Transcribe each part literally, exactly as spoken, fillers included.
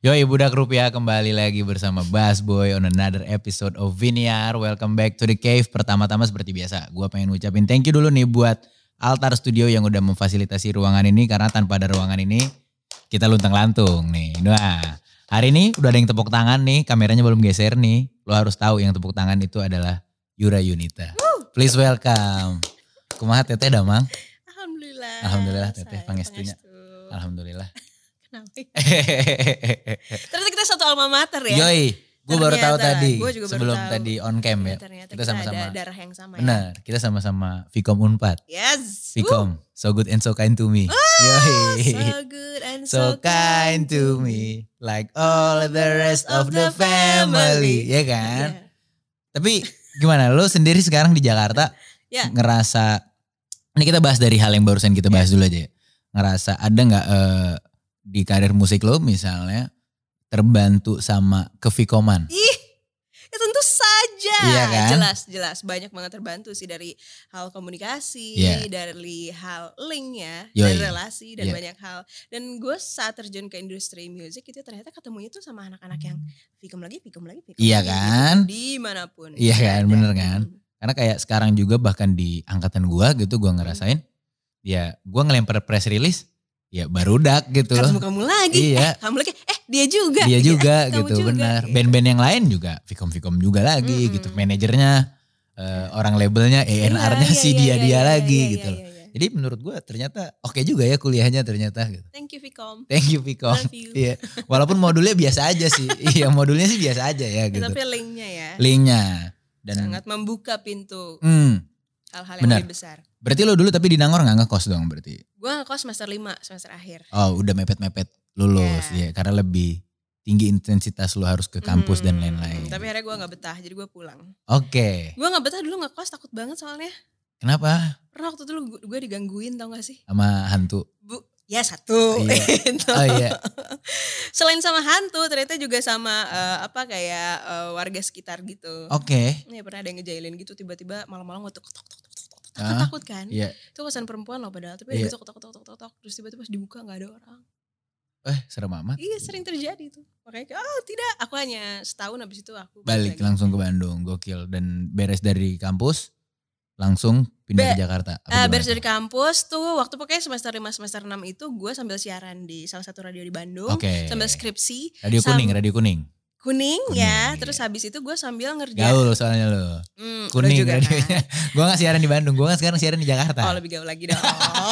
Yoi budak rupiah kembali lagi bersama Bass Boy on another episode of Viniar. Welcome back to the cave. Pertama-tama seperti biasa, gue pengen ngucapin thank you dulu nih buat Altar Studio yang udah memfasilitasi ruangan ini. Karena tanpa ada ruangan ini kita luntang-lantung nih. Nah hari ini udah ada yang tepuk tangan nih, kameranya belum geser nih. Lo harus tahu yang tepuk tangan itu adalah Yura Yunita. Please welcome. Kumaha teteh damang? Alhamdulillah. Alhamdulillah teteh pangestunya. Alhamdulillah. Ternyata kita satu alma mater ya. Yoi, gue baru tahu tadi gua juga sebelum baru tahu. tadi on cam ya. Ternyata kita sama-sama. Ada darah yang sama. Benar, ya. kita sama-sama Vkom Unpad. Yes. Vkom, so good and so kind to me. Oh, Yoi. so good and so, so kind to me, like all the rest of the family, ya kan? Yeah. Tapi gimana? Lo sendiri sekarang di Jakarta yeah. ngerasa? Ini kita bahas dari hal yang barusan kita bahas yeah. dulu aja. Ya. Ngerasa ada nggak? Uh, di karir musik lo misalnya terbantu sama kevikoman? Ih, ya tentu saja. Iya kan? Jelas, jelas. Banyak banget terbantu sih dari hal komunikasi, yeah. dari hal linknya, dari relasi dan yeah. banyak hal. Dan gue saat terjun ke industri musik itu ternyata ketemunya tuh sama anak-anak yang Vkom lagi, Vkom lagi, Vkom iya lagi. Iya kan? Gitu, dimanapun. Iya kan, ada. Bener kan? Hmm. Karena kayak sekarang juga bahkan di angkatan gue gitu gue ngerasain, hmm. ya gue ngelempar press release. Ya barudak gitu loh. Ketemu kamu lagi, iya. eh kamu lagi, eh dia juga. Dia gitu. juga eh, gitu juga, benar. Gitu. Band-band yang lain juga, Vkom-Vkom juga lagi mm-hmm. gitu. Manajernya, uh, orang labelnya, E N R-nya iya, si iya, dia-dia iya, lagi iya, gitu. Iya, iya, iya. Jadi menurut gue ternyata oke okay juga ya kuliahnya ternyata gitu. Thank you Vkom. Thank you Vkom. Iya. Walaupun modulnya biasa aja sih. Iya modulnya sih biasa aja ya gitu. Ya, tapi linknya ya. Linknya. Dan sangat membuka pintu. Hmm. Hal-hal yang Benar. Lebih besar. Berarti lo dulu tapi di Nangor gak ngekos dong berarti? Gue ngekos semester lima, semester akhir. Oh udah mepet-mepet lulus yeah. ya. Karena lebih tinggi intensitas lo harus ke kampus hmm, dan lain-lain. Tapi akhirnya gue gak betah jadi gue pulang. Oke. Okay. Gue gak betah dulu ngekos takut banget soalnya. Kenapa? Karena waktu itu gue digangguin tau gak sih? Sama hantu? Bu, ya satu. Iya. Oh iya. Selain sama hantu ternyata juga sama uh, apa kayak uh, warga sekitar gitu. Oke. Okay. Nih pernah ada yang ngejailin gitu tiba-tiba malam-malam gue tok tok tok tok tok. Ah, takut kan? Iya. Itu kosan perempuan loh padahal. Tapi iya. ada tok tok tok tok tok. Terus tiba-tiba pas dibuka gak ada orang. Eh serem amat. Iya sering terjadi tuh. Makanya oh tidak. Aku hanya setahun habis itu aku. Balik langsung ke Bandung. Gokil. Dan beres dari kampus. Langsung pindah Be- ke Jakarta. Uh, beres dari kampus tuh. Waktu pokoknya semester lima semester enam itu. Gue sambil siaran di salah satu radio di Bandung. Okay. Sambil skripsi. Radio sam- kuning. Radio kuning. Kuning, kuning ya, iya. Terus habis itu gue sambil ngerjain. Gaul soalnya lo. Hmm, kuning juga radionya. Kan? Gue gak siaran di Bandung, gue kan sekarang siaran di Jakarta. Oh lebih gaul lagi dong.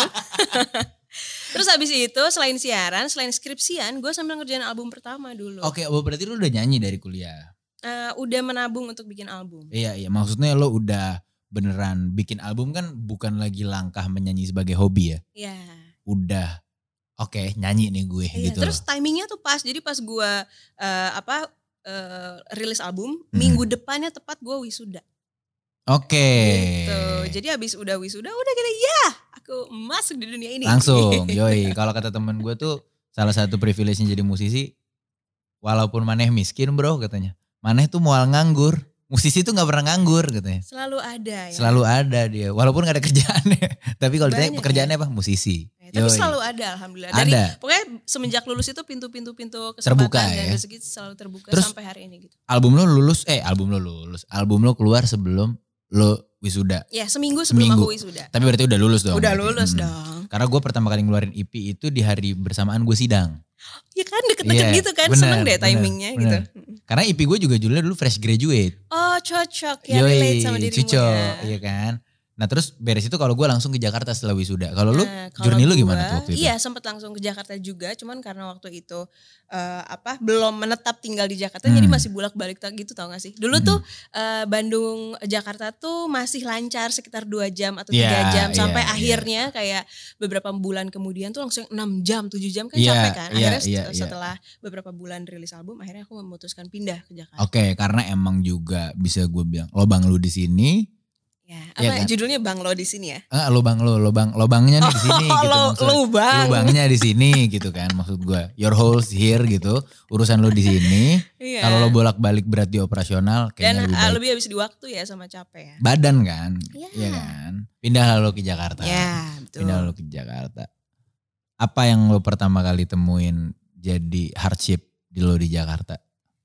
Terus habis itu selain siaran, selain skripsian, gue sambil ngerjain album pertama dulu. Oke, okay, berarti lo udah nyanyi dari kuliah? Uh, udah menabung untuk bikin album. Iya, iya. Maksudnya lo udah beneran bikin album kan bukan lagi langkah menyanyi sebagai hobi ya? Iya. Udah. Oke, okay, nyanyi nih gue iya, gitu. Terus timingnya tuh pas. Jadi pas gue uh, apa uh, rilis album, hmm. minggu depannya tepat gue wisuda. Oke. Okay. Gitu. Jadi abis udah wisuda, udah kira ya aku masuk di dunia ini. Langsung, yoi. Kalau kata temen gue tuh salah satu privilege-nya jadi musisi, walaupun maneh miskin bro katanya, maneh tuh mual nganggur. Musisi tuh gak pernah nganggur katanya. Selalu ada ya. Selalu ada dia. Walaupun gak ada kerjaannya. Tapi kalau ditanya pekerjaannya ya? Apa? Musisi. Ya, tapi selalu ada alhamdulillah. Dari, ada. Pokoknya semenjak lulus itu pintu-pintu pintu kesempatan terbuka, dan ya? rezeki selalu terbuka. Terus, sampai hari ini gitu. Album lo lulus, eh album lo lulus. Album lo keluar sebelum lo wisuda. Ya seminggu sebelum seminggu. Aku wisuda. Tapi berarti udah lulus dong. Udah berarti. lulus hmm. dong. Karena gue pertama kali ngeluarin E P itu di hari bersamaan gue sidang. Ya kan deket-deket yeah, gitu kan, bener, seneng deh timingnya bener, gitu. Bener. Karena E P gue juga judulnya dulu Fresh Graduate. Oh cocok ya, Yoi, relate sama dirimu cocok, ya. Iya kan. Nah terus beres itu kalau gue langsung ke Jakarta setelah wisuda. Kalau lu nah, journey lu gimana tuh waktu itu? Iya sempet langsung ke Jakarta juga, cuman karena waktu itu uh, apa belum menetap tinggal di Jakarta, hmm. jadi masih bolak-balik gitu tau gak sih? Dulu hmm. tuh uh, Bandung Jakarta tuh masih lancar sekitar dua jam atau tiga yeah, jam sampai yeah, akhirnya yeah. kayak beberapa bulan kemudian tuh langsung enam jam tujuh jam kan yeah, capek kan. Akhirnya yeah, yeah, setelah yeah. beberapa bulan rilis album, akhirnya aku memutuskan pindah ke Jakarta. Oke, okay, karena emang juga bisa gue bilang lobang lu di sini. Ya, apa ya kan? Judulnya Bang Lo di sini ya? Ah, lubang lo, lubang lubangnya nih di sini oh, gitu lo, maksudnya. Lubang. Lubangnya di sini gitu kan maksud gue. Your holes here gitu. Urusan lo di sini. Iya. Kalau lo bolak-balik berat di operasional kayaknya dan lebih baik. lebih habis di waktu ya sama capek ya. Badan kan? Iya ya kan? Pindah lo ke Jakarta. Iya, betul. Pindah lo ke Jakarta. Apa yang lo pertama kali temuin jadi hardship di lo di Jakarta?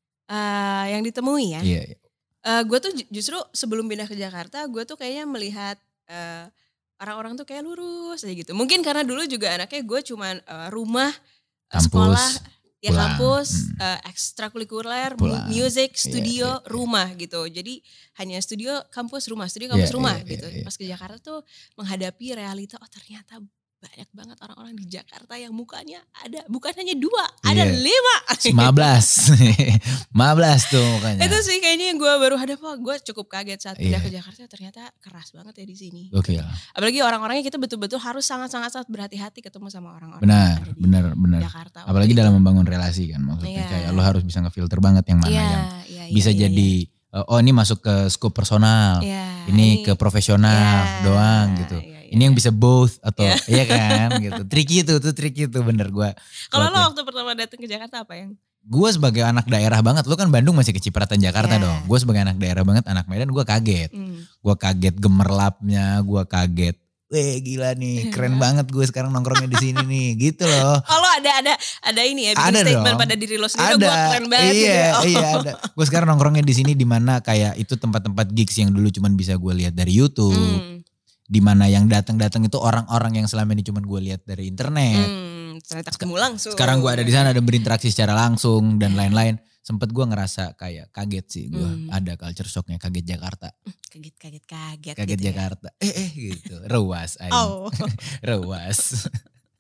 Uh, yang ditemui ya? Iya. iya. Uh, gue tuh justru sebelum pindah ke Jakarta, gue tuh kayaknya melihat uh, orang-orang tuh kayak lurus aja gitu. Mungkin karena dulu juga anaknya gue cuman uh, rumah, kampus, sekolah, ya pulang. kampus, hmm. uh, ekstrakurikuler, Pulang. music, studio, Iya, iya, rumah gitu. Jadi hanya studio, kampus, rumah, studio, kampus, Iya, rumah iya, gitu. iya, iya. Pas ke Jakarta tuh menghadapi realita, oh ternyata banyak banget orang-orang di Jakarta yang mukanya ada, bukan hanya dua, ada Iya. lima. lima belas. lima belas tuh mukanya. Itu sih kayaknya yang gue baru hadap, wah gue cukup kaget saat pindah Iya. ke Jakarta, ternyata keras banget ya di sini. Oke. Apalagi orang-orangnya kita betul-betul harus sangat-sangat berhati-hati ketemu sama orang-orang Benar, yang ada di benar, benar. Jakarta. Apalagi Waktu dalam itu. membangun relasi kan, maksudnya Iya. kayak lo harus bisa ngefilter banget yang mana Iya, yang iya, bisa iya, jadi uh, oh ini masuk ke scope personal, iya, ini, ke profesional iya, doang gitu. iya, iya. Ini yang bisa both atau Iya. iya kan gitu. Tricky itu, tuh tricky itu bener gue. Kalau lo waktu pertama datang ke Jakarta apa yang? Gue sebagai anak daerah banget, lo kan Bandung masih kecipratan Jakarta Iya. dong. Gue sebagai anak daerah banget, anak Medan, gue kaget. Hmm. Gue kaget gemerlapnya, gue kaget. Weh gila nih, keren banget gue sekarang nongkrongnya di sini nih, gitu loh. Oh lo ada ada ada ini ya, bikin Ada statement dong. pada diri lo sendiri, Ada, gue keren banget iya, gitu ya. Oh. iya ada. Gue sekarang nongkrongnya di sini di mana kayak itu tempat-tempat gigs yang dulu cuman bisa gue lihat dari YouTube. Hmm. Di mana yang datang-datang itu orang-orang yang selama ini cuman gue lihat dari internet. Hmm, ternyata ketemu langsung. Sekarang gue ada di sana, ada berinteraksi secara langsung dan lain-lain. Sempet gue ngerasa kayak kaget sih gue. Hmm. Ada culture shocknya, kaget Jakarta. Kaget, kaget, kaget. Kaget gitu Jakarta. Eh eh gitu. Rewas. Ya. aing. Oh. Rewas.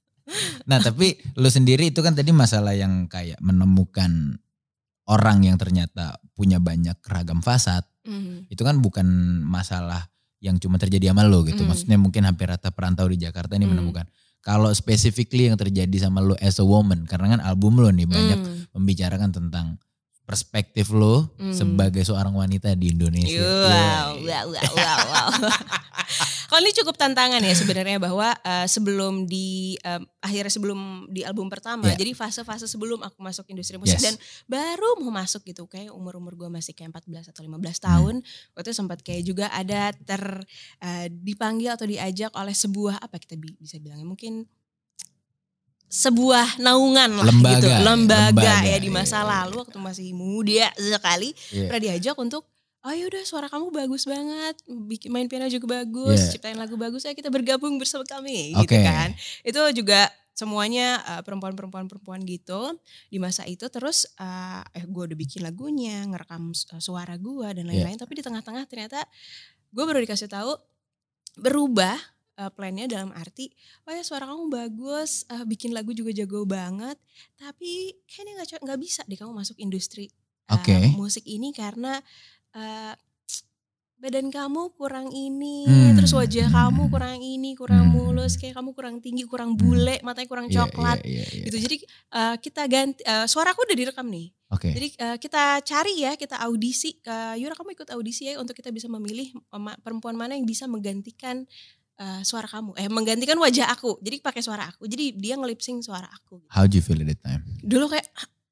Nah tapi lu sendiri itu kan tadi masalah yang kayak menemukan orang yang ternyata punya banyak ragam fasad. Hmm. Itu kan bukan masalah yang cuma terjadi sama lo gitu. Hmm. Maksudnya mungkin hampir rata perantau di Jakarta ini Hmm. menemukan. Kalau specifically yang terjadi sama lo as a woman. Karena kan album lo nih banyak Hmm. membicarakan tentang perspektif lo Hmm. sebagai seorang wanita di Indonesia. Wow, Yeah. wow, wow, wow, wow. Kalau ini cukup tantangan ya sebenarnya bahwa uh, sebelum di um, akhirnya sebelum di album pertama, Yeah. jadi fase-fase sebelum aku masuk industri musik Yes. dan baru mau masuk gitu, kayak umur-umur gue masih kayak empat belas atau lima belas tahun, Hmm. waktu itu sempat kayak juga ada ter uh, dipanggil atau diajak oleh sebuah apa kita bi- bisa bilangnya mungkin sebuah naungan lah Lembaga, gitu, ya, lembaga, lembaga, ya di masa iya, iya, lalu waktu masih muda sekali, Yeah. pernah diajak untuk oh yaudah suara kamu bagus banget, bikin main piano juga bagus, Yeah. ciptain lagu bagus, ya kita bergabung bersama kami Oke. gitu kan. Itu juga semuanya uh, perempuan-perempuan-perempuan gitu di masa itu. Terus uh, eh gue udah bikin lagunya, ngerekam uh, suara gue dan lain-lain. Tapi di tengah-tengah ternyata gue baru dikasih tahu berubah uh, plannya dalam arti, oh ya suara kamu bagus, uh, bikin lagu juga jago banget, tapi kayaknya nggak nggak bisa deh kamu masuk industri uh, Oke. musik ini karena uh, badan kamu kurang ini, Hmm. terus wajah Hmm. kamu kurang ini, kurang Hmm. mulus, kayak kamu kurang tinggi, kurang bule, matanya kurang Iya, coklat, iya, iya, iya. gitu. Jadi uh, kita ganti, uh, suaraku udah direkam nih. Oke. Jadi uh, kita cari ya, kita audisi, ke Yura kamu ikut audisi ya untuk kita bisa memilih um, perempuan mana yang bisa menggantikan uh, suara kamu, eh menggantikan wajah aku. Jadi pakai suara aku. Jadi dia ngelipsing suara aku. Gitu. How do you feel at that time? Dulu kayak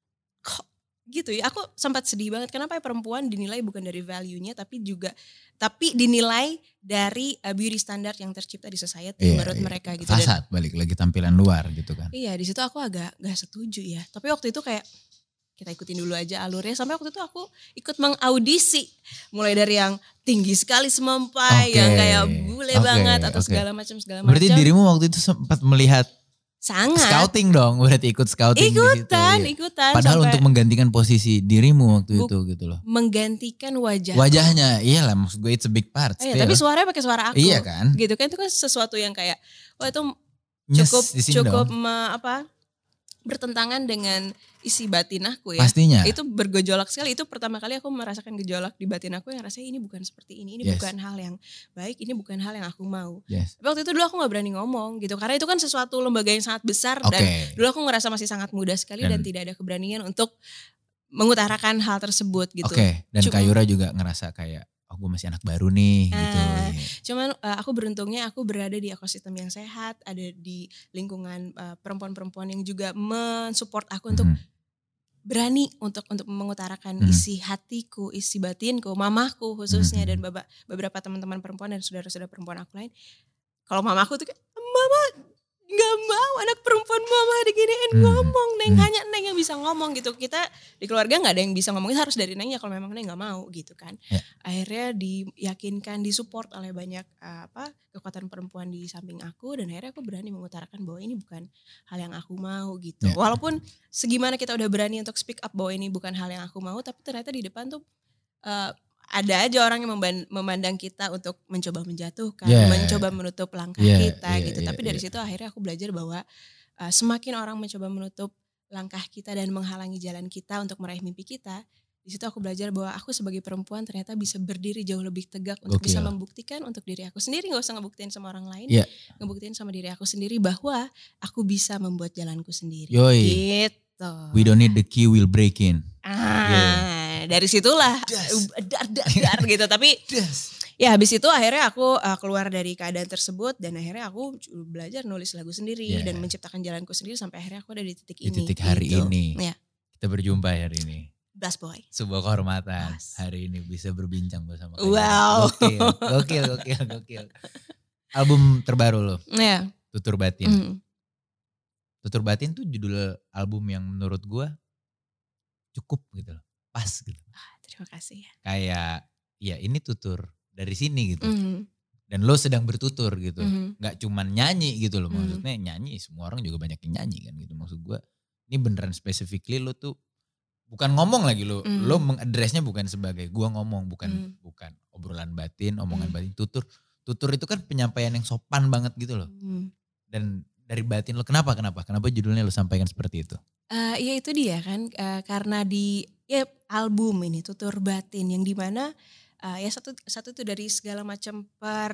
kok gitu ya, aku sempat sedih banget. Kenapa ya perempuan dinilai bukan dari value-nya, tapi juga tapi dinilai dari uh, beauty standard yang tercipta di society Iya, menurut iya. mereka gitu. Dan, Fasad balik lagi tampilan luar gitu kan. iya di situ aku agak gak setuju ya. Tapi waktu itu kayak kita ikutin dulu aja alurnya. Sampai waktu itu aku ikut mengaudisi, mulai dari yang tinggi sekali semampai, Oke, yang kayak bule oke, banget atau oke. segala macam segala macam. Berarti dirimu waktu itu sempat melihat sangat scouting dong, berarti ikut scouting di situ. ikutan, Iya. ikutan. Padahal sampai untuk menggantikan posisi dirimu waktu Buk- itu gitu loh. menggantikan wajah. Wajahnya, iyalah maksud gue it's a big part. Oh, iya, still. tapi suaranya pakai suara aku. Iya kan? Gitu kan, itu kan sesuatu yang kayak wah itu Nyes cukup di sini cukup dong. me- apa bertentangan dengan isi batin aku ya. Pastinya. Itu bergejolak sekali. Itu pertama kali aku merasakan gejolak di batin aku yang rasanya ini bukan seperti ini. Ini Yes. bukan hal yang baik, ini bukan hal yang aku mau. Yes. Tapi waktu itu dulu aku gak berani ngomong gitu. Karena itu kan sesuatu lembaga yang sangat besar. Oke. Dan dulu aku ngerasa masih sangat muda sekali dan, Dan- tidak ada keberanian untuk mengutarakan hal tersebut gitu. Oke, dan Cuma- Kayura juga ngerasa kayak oh gue masih anak baru nih gitu. Ah. Iya. Cuman uh, aku beruntungnya aku berada di ekosistem yang sehat, ada di lingkungan uh, perempuan-perempuan yang juga mensupport aku untuk Mhm. berani untuk untuk mengutarakan Mhm. isi hatiku, isi batinku, mamahku khususnya Mhm. dan baba- beberapa teman-teman perempuan dan saudara-saudara perempuan aku lain. Kalau mamaku tuh kayak, mama nggak mau anak perempuan mama diginiin, Mhm. ngomong neng, Mhm. hanya neng yang bisa ngomong gitu. Kita di keluarga nggak ada yang bisa ngomong, harus dari Neng ya kalau memang Neng nggak mau gitu kan. Ya. Akhirnya diyakinkan, disupport oleh banyak uh, apa kekuatan perempuan di samping aku, dan akhirnya aku berani mengutarakan bahwa ini bukan hal yang aku mau gitu. Ya. Walaupun segimana kita udah berani untuk speak up bahwa ini bukan hal yang aku mau, tapi ternyata di depan tuh uh, ada aja orang yang memandang kita untuk mencoba menjatuhkan, yeah. mencoba menutup langkah yeah, kita yeah, gitu. Yeah, Tapi yeah. dari situ akhirnya aku belajar bahwa uh, semakin orang mencoba menutup langkah kita dan menghalangi jalan kita untuk meraih mimpi kita, di situ aku belajar bahwa aku sebagai perempuan ternyata bisa berdiri jauh lebih tegak untuk okay. bisa membuktikan untuk diri aku sendiri, gak usah ngebuktiin sama orang lain, yeah. ngebuktiin sama diri aku sendiri bahwa aku bisa membuat jalanku sendiri. Yoi. Gitu. We don't need the key, we'll break in. Ah. Yeah. Dari situlah dar dar dar gitu. Tapi ya habis itu akhirnya aku uh, keluar dari keadaan tersebut, dan akhirnya aku belajar nulis lagu sendiri yeah. dan menciptakan jalanku sendiri sampai akhirnya aku ada di titik di ini. Di titik hari gitu. ini. Ya. Kita berjumpa hari ini. Blast Boy. Sebuah kehormatan Blast. Hari ini bisa berbincang bersama kalian. Wow. Gokil, gokil, gokil, gokil. Album terbaru lo. Yeah. Tutur Batin. Mm. Tutur Batin tuh judul album yang menurut gue cukup gitu loh. Pas gitu. Ah, terima kasih ya. Kayak ya ini tutur dari sini gitu. Mm-hmm. Dan lo sedang bertutur gitu. Mm-hmm. Gak cuman nyanyi gitu loh. Mm-hmm. Maksudnya nyanyi semua orang juga banyak yang nyanyi kan gitu. Maksud gue ini beneran specifically lo tuh bukan ngomong lagi lo. Mm-hmm. Lo mengadresnya bukan sebagai gue ngomong. Bukan mm-hmm. bukan obrolan batin, omongan mm-hmm. batin. Tutur. Tutur itu kan penyampaian yang sopan banget gitu loh. Mm-hmm. Dan dari batin lo kenapa kenapa? Kenapa judulnya lo sampaikan seperti itu? Uh, ya itu dia kan. Uh, karena di ya album ini Tutur Batin yang dimana uh, ya satu satu itu dari segala macam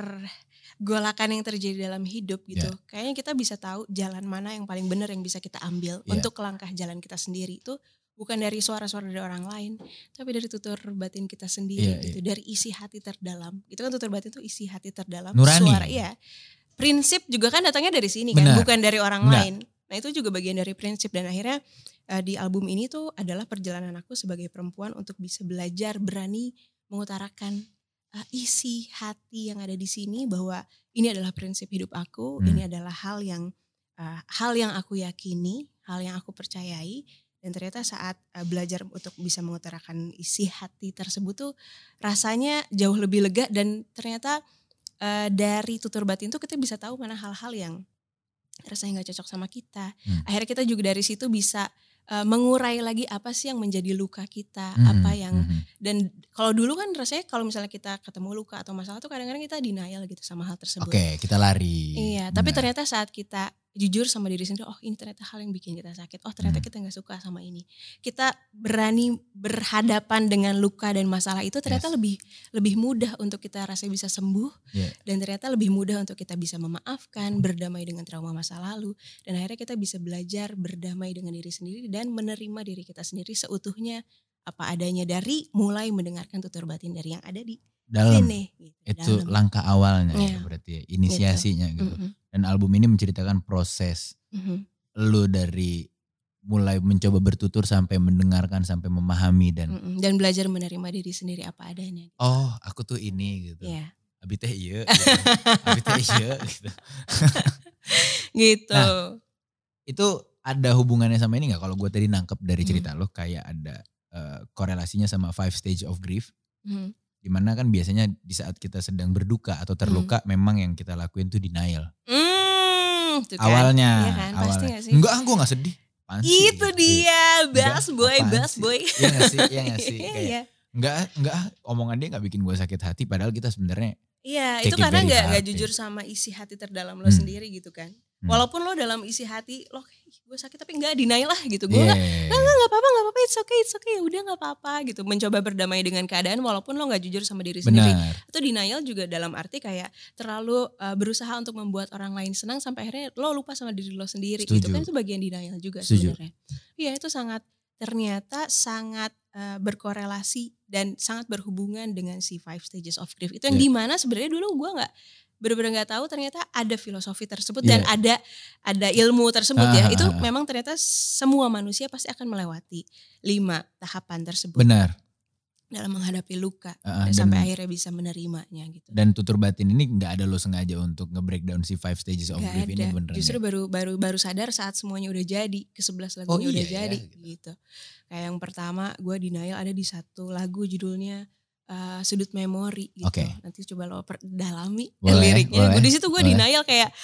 pergolakan yang terjadi dalam hidup gitu. Yeah. Kayaknya kita bisa tahu jalan mana yang paling benar yang bisa kita ambil yeah. untuk langkah jalan kita sendiri. Itu bukan dari suara-suara dari orang lain, tapi dari tutur batin kita sendiri yeah, gitu, yeah. dari isi hati terdalam. Itu kan tutur batin itu isi hati terdalam. Nurani. Suara iya. Prinsip juga kan datangnya dari sini Benar. kan, bukan dari orang Benar. lain. Nah itu juga bagian dari prinsip, dan akhirnya uh, di album ini tuh adalah perjalanan aku sebagai perempuan untuk bisa belajar berani mengutarakan uh, isi hati yang ada di sini, bahwa ini adalah prinsip hidup aku, hmm. ini adalah hal yang uh, hal yang aku yakini, hal yang aku percayai, dan ternyata saat uh, belajar untuk bisa mengutarakan isi hati tersebut tuh rasanya jauh lebih lega, dan ternyata uh, dari tutur batin tuh kita bisa tahu mana hal-hal yang rasanya gak cocok sama kita. Hmm. Akhirnya kita juga dari situ bisa uh, mengurai lagi apa sih yang menjadi luka kita, hmm. apa yang hmm. dan kalau dulu kan rasanya kalau misalnya kita ketemu luka atau masalah tuh kadang-kadang kita denial gitu sama hal tersebut. Oke, okay, kita lari. Iya, benar. Tapi ternyata saat kita jujur sama diri sendiri, oh ini ternyata hal yang bikin kita sakit, oh ternyata hmm. kita gak suka sama ini. Kita berani berhadapan dengan luka dan masalah itu ternyata yes. lebih lebih mudah untuk kita rasa bisa sembuh, yeah. dan ternyata lebih mudah untuk kita bisa memaafkan, berdamai dengan trauma masa lalu, dan akhirnya kita bisa belajar berdamai dengan diri sendiri dan menerima diri kita sendiri seutuhnya apa adanya, dari mulai mendengarkan tutur batin dari yang ada di dalam sini. Gitu, itu dalam. Langkah awalnya yeah. ya, berarti ya, inisiasinya gitu. gitu. Mm-hmm. Dan album ini menceritakan proses mm-hmm. lu dari mulai mencoba bertutur sampai mendengarkan sampai memahami dan mm-hmm. dan belajar menerima diri sendiri apa adanya. Gitu. Oh, aku tuh ini gitu. Yeah. Abi teh iya. Gitu. Abi teh iya gitu. Gitu. Nah, itu ada hubungannya sama ini enggak? Kalau gue tadi nangkep dari cerita mm. lo kayak ada uh, korelasinya sama five stage of grief. Mm. Dimana kan biasanya di saat kita sedang berduka atau terluka hmm. memang yang kita lakuin tuh denial. Hmm, kan. Awalnya. Iya kan, awalnya. Pasti gak sih? Enggak, gue gak sedih. Apaan itu sih? dia, bas boy, bas boy. Iya gak sih, iya gak sih. Kayak, yeah. enggak, enggak, omongan dia gak bikin gue sakit hati padahal kita sebenarnya. Iya, itu karena gak, gak jujur sama isi hati terdalam lo hmm. sendiri gitu kan. Hmm. Walaupun lo dalam isi hati lo gue sakit tapi enggak denial lah gitu. Gue enggak, yeah. enggak, enggak, enggak apa-apa, enggak apa-apa, it's okay, it's okay, udah enggak apa-apa gitu. Mencoba berdamai dengan keadaan walaupun lo enggak jujur sama diri Benar. sendiri. Atau denial juga dalam arti kayak terlalu uh, berusaha untuk membuat orang lain senang sampai akhirnya lo lupa sama diri lo sendiri. Setuju. Gitu kan, itu bagian denial juga sebenarnya. Iya, itu sangat ternyata sangat uh, berkorelasi dan sangat berhubungan dengan si five stages of grief. Itu yang yeah. dimana sebenarnya dulu gue enggak benar-benar gak tahu ternyata ada filosofi tersebut yeah. dan ada ada ilmu tersebut ah, ya. Itu ah, memang ternyata semua manusia pasti akan melewati lima tahapan tersebut. Benar. dalam menghadapi luka Uh, sampai dan, akhirnya bisa menerimanya gitu. Dan tutur batin ini nggak ada lo sengaja untuk nge-breakdown si five stages of Gak grief ini ada. beneran. Justru ya? baru baru baru sadar saat semuanya udah jadi, ke sebelas lagunya Oh, iya, udah ya, jadi gitu. gitu. Kayak yang pertama gue denial ada di satu lagu judulnya uh, Sudut Memori gitu. Okay. Nanti coba lo perdalami boleh, liriknya. Gue di situ gue boleh. denial kayak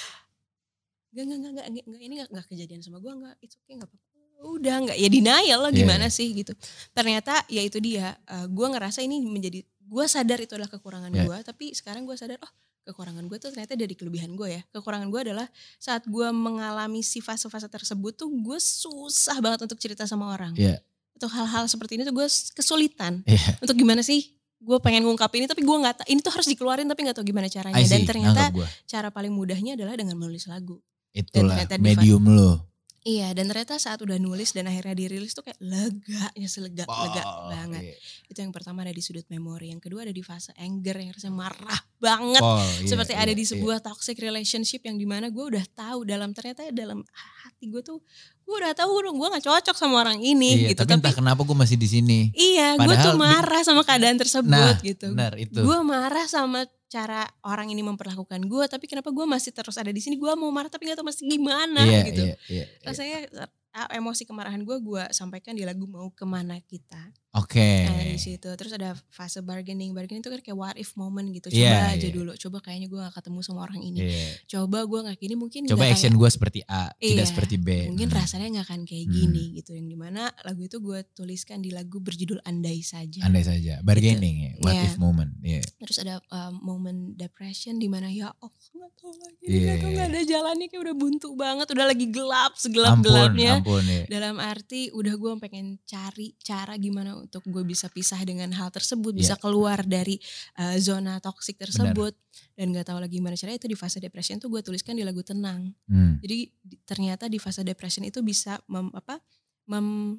Gak, gak, gak, gak, gak, ini gak, gak kejadian sama gue, gak, it's okay, gak apa-apa. Udah gak, ya denial lah gimana yeah. sih gitu. Ternyata ya itu dia, uh, gue ngerasa ini menjadi, gue sadar itu adalah kekurangan yeah. gue, tapi sekarang gue sadar, oh kekurangan gue tuh ternyata dari kelebihan gue ya. Kekurangan gue adalah saat gue mengalami si fase-fase tersebut tuh gue susah banget untuk cerita sama orang. Yeah. Untuk hal-hal seperti ini tuh gue kesulitan. Yeah. Untuk gimana sih, gue pengen ngungkapin ini tapi gue gak tahu, ini tuh harus dikeluarin tapi gak tahu gimana caranya. Dan ternyata cara paling mudahnya adalah dengan menulis lagu. Itulah medium lo. Iya, dan ternyata saat udah nulis dan akhirnya dirilis tuh kayak leganya selega oh, lega banget. Iya. Itu yang pertama ada di sudut memori, yang kedua ada di fase anger yang rasanya marah banget. Oh, iya, seperti iya, ada di sebuah iya. toxic relationship yang dimana gue udah tahu dalam ternyata dalam hati gue tuh gue udah tahu gue gak cocok sama orang ini iya, gitu. Tapi, tapi entah kenapa gue masih di sini. Iya, gue tuh marah sama keadaan tersebut nah, gitu. Benar itu. Gue marah sama cara orang ini memperlakukan gue, tapi kenapa gue masih terus ada di sini? Gue mau marah tapi nggak tahu masih gimana yeah, gitu. Yeah, yeah, yeah. Rasanya emosi kemarahan gue gue sampaikan di lagu Mau Kemana Kita. Oke. Okay. Nah, di situ terus ada fase bargaining, bargaining itu kan kayak what if moment gitu. Coba yeah, aja yeah. dulu, coba kayaknya gue gak ketemu sama orang ini. Yeah. Coba gue gak gini mungkin. Coba gak action gue seperti A, iya, tidak seperti B. Mungkin hmm. rasanya gak akan kayak gini hmm. gitu. Yang dimana lagu itu gue tuliskan di lagu berjudul Andai Saja. Andai Saja, bargaining gitu. ya, what yeah. if moment. Yeah. Terus ada uh, moment depression dimana ya oh gak tahu lagi, yeah. gak tahu gak ada jalannya kayak udah buntu banget, udah lagi gelap segelap-gelapnya. Ampun, ampun, yeah. Dalam arti udah gue pengen cari cara gimana untuk gue bisa pisah dengan hal tersebut, bisa yeah. keluar dari uh, zona toksik tersebut. Bener. Dan gak tahu lagi gimana caranya. Itu di fase depression tuh gue tuliskan di lagu Tenang. hmm. Jadi ternyata di fase depression itu bisa mem, apa mem,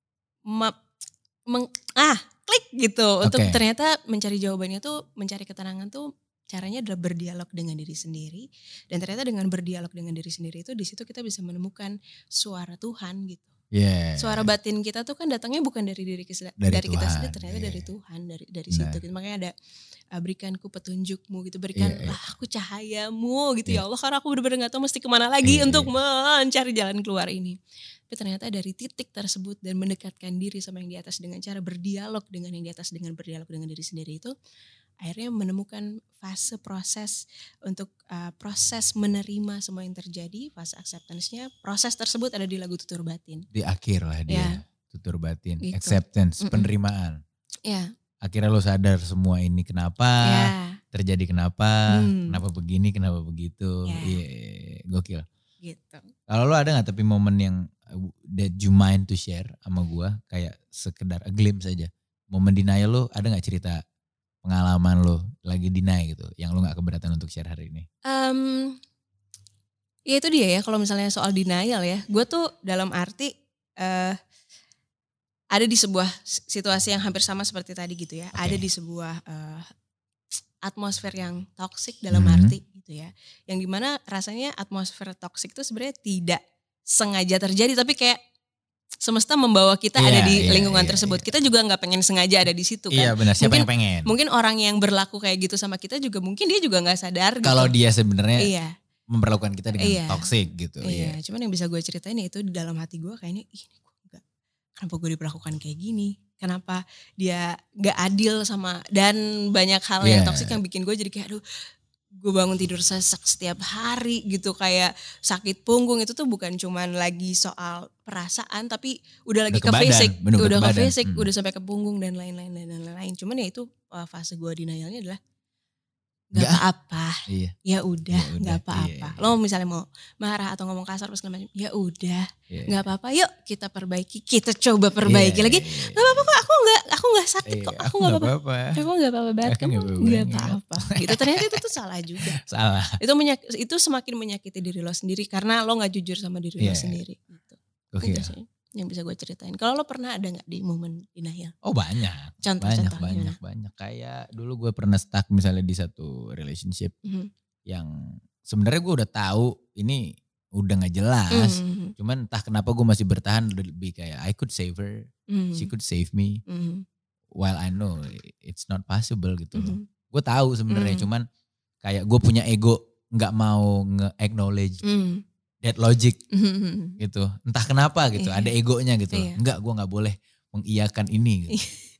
mem, meng, ah klik gitu. Okay. Untuk ternyata mencari jawabannya tuh, mencari ketenangan tuh caranya adalah berdialog dengan diri sendiri. Dan ternyata dengan berdialog dengan diri sendiri itu di situ kita bisa menemukan suara Tuhan gitu. Yeah. Suara batin kita tuh kan datangnya bukan dari diri kita, dari, dari kita sendiri, ternyata yeah. dari Tuhan, dari dari nah. situ. Gitu. Makanya ada uh, berikanku petunjukmu gitu, berikanlah yeah, yeah. aku cahayamu gitu yeah. ya Allah, karena aku benar-benar gak tahu mesti kemana lagi yeah, untuk yeah. mencari jalan keluar ini. Tapi ternyata dari titik tersebut dan mendekatkan diri sama yang di atas dengan cara berdialog dengan yang di atas, dengan berdialog dengan diri sendiri itu, akhirnya menemukan fase proses untuk uh, proses menerima semua yang terjadi, fase acceptance-nya. Proses tersebut ada di lagu Tutur Batin. Di akhir lah dia, yeah. Tutur Batin, gitu. Acceptance, Mm-mm. penerimaan. Yeah. Akhirnya lo sadar semua ini kenapa, yeah. terjadi kenapa, hmm. kenapa begini, kenapa begitu. Iya, yeah. yeah, gokil. Gitu. Kalau lo ada gak tapi momen yang that you mind to share sama gue, kayak sekedar a glimpse aja. Momen denial lo ada gak cerita pengalaman lo lagi deny gitu, yang lo gak keberatan untuk share hari ini? Um, ya itu dia ya, kalau misalnya soal denial ya, gue tuh dalam arti uh, ada di sebuah situasi yang hampir sama seperti tadi gitu ya. Okay. Ada di sebuah uh, atmosfer yang toksik dalam hmm. arti gitu ya. Yang dimana rasanya atmosfer toksik itu sebenarnya tidak sengaja terjadi, tapi kayak semesta membawa kita yeah, ada di yeah, lingkungan yeah, tersebut. Yeah. Kita juga gak pengen sengaja ada di situ kan. Iya yeah, benar, siapa mungkin, yang pengen. Mungkin orang yang berlaku kayak gitu sama kita juga mungkin dia juga gak sadar gitu. Kalau dia sebenarnya iya. memperlakukan kita dengan iya. toksik gitu. Iya, yeah. Cuman yang bisa gue ceritain ya itu di dalam hati gue kayaknya, ih gue gak, kenapa gue diperlakukan kayak gini. Kenapa dia gak adil sama, dan banyak hal yeah. yang toksik yang bikin gue jadi kayak aduh, gue bangun tidur sesak setiap hari gitu, kayak sakit punggung. Itu tuh bukan cuman lagi soal perasaan, tapi udah lagi udah ke, ke fisik, badan, udah ke, ke fisik, hmm. udah sampai ke punggung dan lain-lain dan lain-lain. Cuman ya itu uh, fase gue denialnya adalah gak apa-apa, iya. ya udah, gak apa-apa. Iya, iya. Lo misalnya mau marah atau ngomong kasar pas macam, ya udah, iya, gak apa-apa. Yuk kita perbaiki, kita coba perbaiki iya, lagi. Iya, gak apa-apa kok, aku gak, aku gak sakit iya, kok, aku, aku gak apa-apa. Aku gak apa-apa banget, kamu gak apa-apa. Gitu ternyata itu tuh salah juga. Salah. Itu menyak, itu semakin menyakiti diri lo sendiri karena lo gak jujur sama diri yeah. lo sendiri. Gitu. Okay. Itu sih yang bisa gue ceritain. Kalau lo pernah ada gak di momen denial? Oh banyak. Contoh-contoh banyak, banyak, banyak. Kayak dulu gue pernah stuck misalnya di satu relationship mm-hmm. yang sebenarnya gue udah tahu ini udah gak jelas. Mm-hmm. Cuman entah kenapa gue masih bertahan lebih kayak I could save her, mm-hmm. she could save me. Mm-hmm. while I know it's not possible gitu loh. Mhm. Gue tahu sebenarnya, Mm. cuman kayak gue punya ego nggak mau nge-acknowledge Mm. that logic Mhm. gitu. Entah kenapa gitu, Iya. ada egonya gitu. Iya. Enggak, gue nggak boleh mengiyakan ini. Gitu.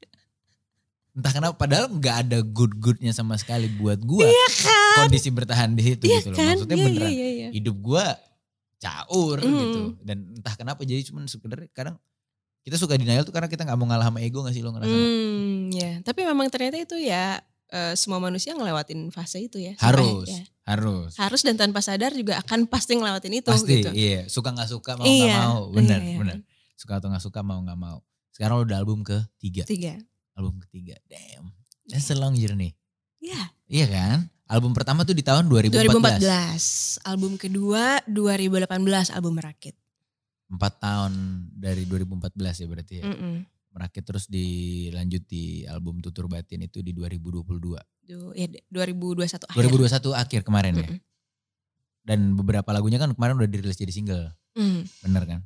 Entah kenapa, padahal nggak ada good-goodnya sama sekali buat gue. Iya kan? Kondisi bertahan di situ Iya gitu loh. kan? Maksudnya Iya, beneran iya, iya. hidup gue caur Mm. gitu. Dan entah kenapa jadi cuman sebenarnya kadang kita suka denial tuh karena kita nggak mau ngalah sama ego gak sih, lo ngerasa gak? Hmm, ya. Tapi memang ternyata itu ya uh, semua manusia ngelewatin fase itu ya. Harus, Sampai, ya. harus. Harus dan tanpa sadar juga akan pasti ngelewatin itu Pasti, gitu. iya. Suka gak suka, mau Iya, gak mau. Bener, iya, iya. bener. Suka atau gak suka, mau gak mau. Sekarang lo udah album ketiga. Tiga. Album ketiga, damn. That's a long journey. Iya. Iya kan? Album pertama tuh di tahun dua ribu empat belas. dua ribu empat belas. Album kedua dua ribu delapan belas, album Merakit. Empat tahun dari dua ribu empat belas ya berarti ya. Mm-mm. Merakit terus dilanjut di album Tutur Batin itu di dua ribu dua puluh dua. Du, ya, dua ribu dua puluh satu akhir. dua ribu dua puluh satu akhir kemarin ya. Mm-mm. Dan beberapa lagunya kan kemarin udah dirilis jadi single. Mm, Bener kan?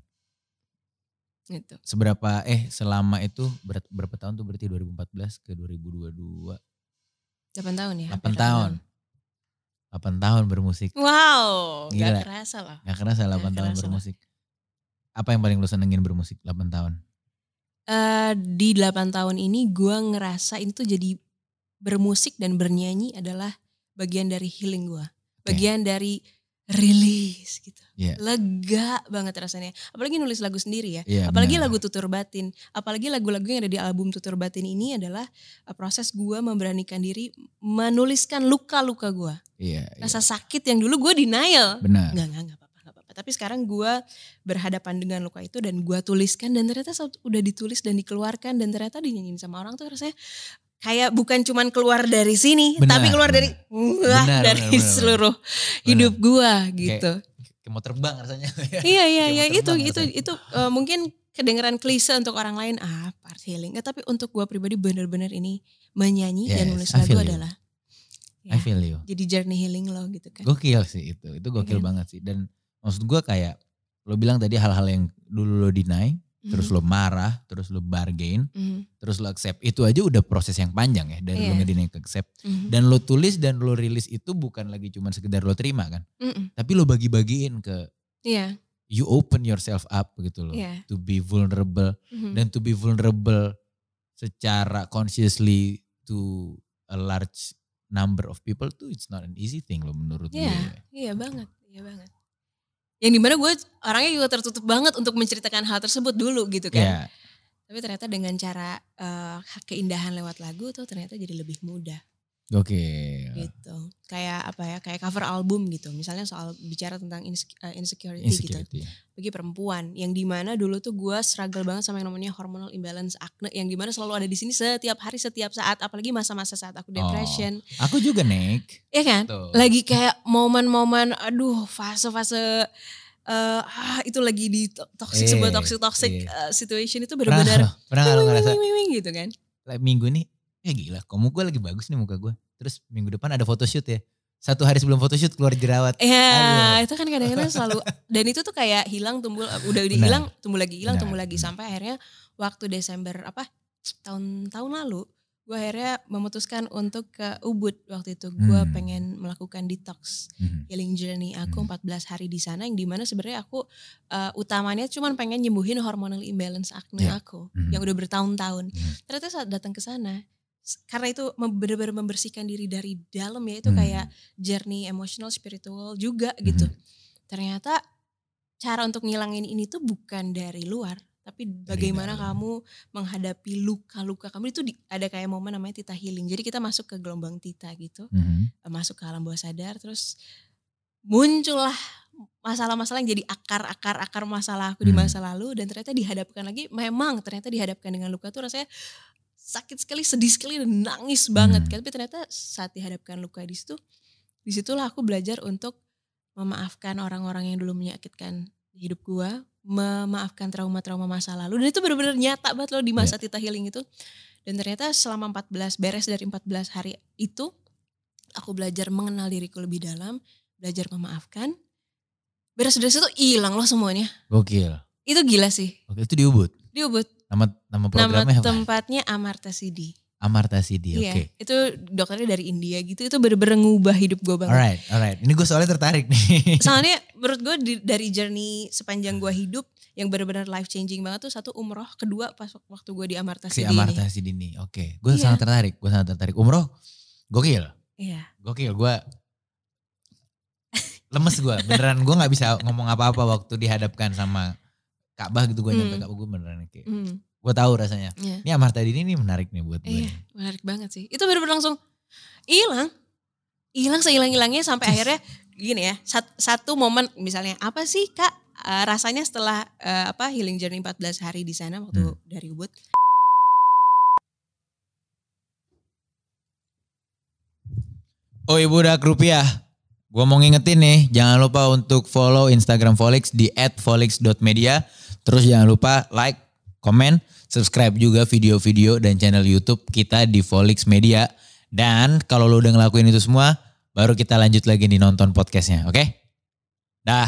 gitu. Seberapa eh selama itu ber, berapa tahun tuh berarti dua ribu empat belas ke dua ribu dua puluh dua? delapan tahun ya? delapan hampir tahun. delapan tahun bermusik. Wow, Gila. gak kerasa loh. Gak kerasa delapan Gak tahun kerasa. bermusik. Apa yang paling lu senengin bermusik delapan tahun? Eh, di delapan tahun ini gue ngerasa itu jadi bermusik dan bernyanyi adalah bagian dari healing gue. Bagian dari rilis gitu. Iya. Lega banget rasanya. Apalagi nulis lagu sendiri ya. Iya, Apalagi benar. lagu Tutur Batin. Apalagi lagu-lagu yang ada di album Tutur Batin ini adalah uh, proses gue memberanikan diri menuliskan luka-luka gue. Iya. Rasa sakit yang dulu gue denial. Benar. Enggak, enggak, enggak apa-apa, enggak apa-apa. Tapi sekarang gue berhadapan dengan luka itu dan gue tuliskan dan ternyata saat udah ditulis dan dikeluarkan dan ternyata dinyanyiin sama orang tuh rasanya kayak bukan cuman keluar dari sini, Benar, tapi keluar benar. dari wah, Benar, dari benar, benar, seluruh hidup gue gitu. Kayak mau terbang rasanya. Iya iya Kayak iya mau itu terbang itu rasanya. itu uh, mungkin kedengeran klise untuk orang lain ah part healing. Nggak, tapi untuk gue pribadi benar-benar ini menyanyi dan Yes, nulis I lagu feel you. adalah I feel you. jadi journey healing lo gitu kan. Gokil sih itu. Itu gokil Iya kan? banget sih. Dan maksud gue kayak lo bilang tadi hal-hal yang dulu lo deny, terus lo marah, terus lo bargain, Mhm, terus lo accept. Itu aja udah proses yang panjang ya dari lo Iya. ngedeny ke accept. mhm, Dan lo tulis dan lo rilis itu bukan lagi cuma sekedar lo terima kan. mhm. Tapi lo bagi-bagiin ke, Iya you open yourself up gitu loh. iya. To be vulnerable. Mhm. Dan to be vulnerable secara consciously to a large number of people tuh it's not an easy thing loh menurut Iya, gue. iya banget, iya banget. Yang dimana gue orangnya juga tertutup banget untuk menceritakan hal tersebut dulu gitu kan. Iya. Tapi ternyata dengan cara eh, keindahan lewat lagu tuh ternyata jadi lebih mudah Oke. gitu. Kayak apa ya, kayak cover album gitu. Misalnya soal bicara tentang insec- eh, insecurity, gitu. Insecurity. Bagi perempuan yang dimana dulu tuh gue struggle banget sama yang namanya hormonal imbalance acne. Yang dimana selalu ada di sini setiap hari, setiap saat. Apalagi masa-masa saat aku depression. Aku juga Nick. Iya kan? Tuh. Lagi kayak momen-momen aduh fase-fase eh, ah itu lagi di to- toxic Eh, sebuah toxic toxic iya. eh, situation itu Pernah, benar-benar pernah gak lo wing, ngerasa wing, wing, wing, gitu kan. "Lah, minggu nih, ya gila kamu gue lagi bagus nih muka gue. Terus minggu depan ada photoshoot ya. Satu hari sebelum photoshoot keluar jerawat. Ya Aduh. itu kan kadang-kadang selalu dan itu tuh kayak hilang tumbuh udah dihilang tumbuh lagi hilang Benar, tumbuh lagi benar. sampai akhirnya waktu Desember apa tahun tahun lalu gue akhirnya memutuskan untuk ke Ubud waktu itu gue Hmm. pengen melakukan detox Mhm. healing journey aku Hmm. empat belas hari di sana yang dimana sebenarnya aku uh, utamanya cuman pengen nyembuhin hormonal imbalance acne Ya. aku Mhm. yang udah bertahun-tahun. Mhm. Ternyata saat datang ke sana s- karena itu mem- benar-benar membersihkan diri dari dalam ya itu Hmm. kayak journey emotional spiritual juga gitu. Mhm. Ternyata cara untuk ngilangin ini tuh bukan dari luar tapi bagaimana dalam. kamu menghadapi luka-luka kamu itu di- ada kayak momen namanya tita healing. Jadi kita masuk ke gelombang tita gitu Mhm. masuk ke alam bawah sadar terus muncullah masalah-masalah yang jadi akar-akar-akar masalah aku di Hmm. masa lalu dan ternyata dihadapkan lagi memang ternyata dihadapkan dengan luka tuh rasanya sakit sekali sedih sekali dan nangis banget Hmm. kan tapi ternyata saat dihadapkan luka di situ disitulah aku belajar untuk memaafkan orang-orang yang dulu menyakitkan hidup gua memaafkan trauma-trauma masa lalu dan itu benar-benar nyata banget loh di masa tita healing itu dan ternyata selama empat belas beres dari empat belas hari itu aku belajar mengenal diriku lebih dalam, belajar memaafkan. Beres dari situ hilang loh semuanya. Gokil. Itu gila sih. Oke, itu di Ubud. Di Ubud. Nama nama Nama programnya apa? tempatnya Amarta City. Amarta City, Iya, oke. itu dokternya dari India gitu. Itu bener-bener ngubah hidup gue banget. Alright, alright. Ini gue soalnya tertarik nih. Soalnya menurut gue di- dari journey sepanjang gue hidup yang benar-benar life changing banget tuh satu umroh, kedua pas waktu gue di Amarta Si City Amarta ini. City nih, oke. Gue Iya. sangat tertarik, gue sangat tertarik. Umroh, gokil, Iya. gokil. Gue lemes gue, beneran gue nggak bisa ngomong apa-apa waktu dihadapkan sama Ka'bah gitu. Gue nyampe Hmm. Ka'bah gue beneran kayak, Hmm, gue tahu rasanya. iya. Ini Amarta City ini menarik nih buat gue. Iya, nih. menarik banget sih. Itu benar-benar langsung hilang. Hilang sehilang-hilangnya sampai akhirnya gini ya. sat- Satu momen misalnya apa sih Kak eh, rasanya setelah eh, apa healing journey empat belas hari di sana waktu Hmm. dari Ubud. Oh ibu udah rupiah. Gue mau ngingetin nih, jangan lupa untuk follow Instagram Volix di at volix dot media. Terus jangan lupa like, komen, subscribe juga video-video dan channel YouTube kita di Volix Media. Dan kalau lo udah ngelakuin itu semua, baru kita lanjut lagi nih nonton podcastnya, oke? Dah.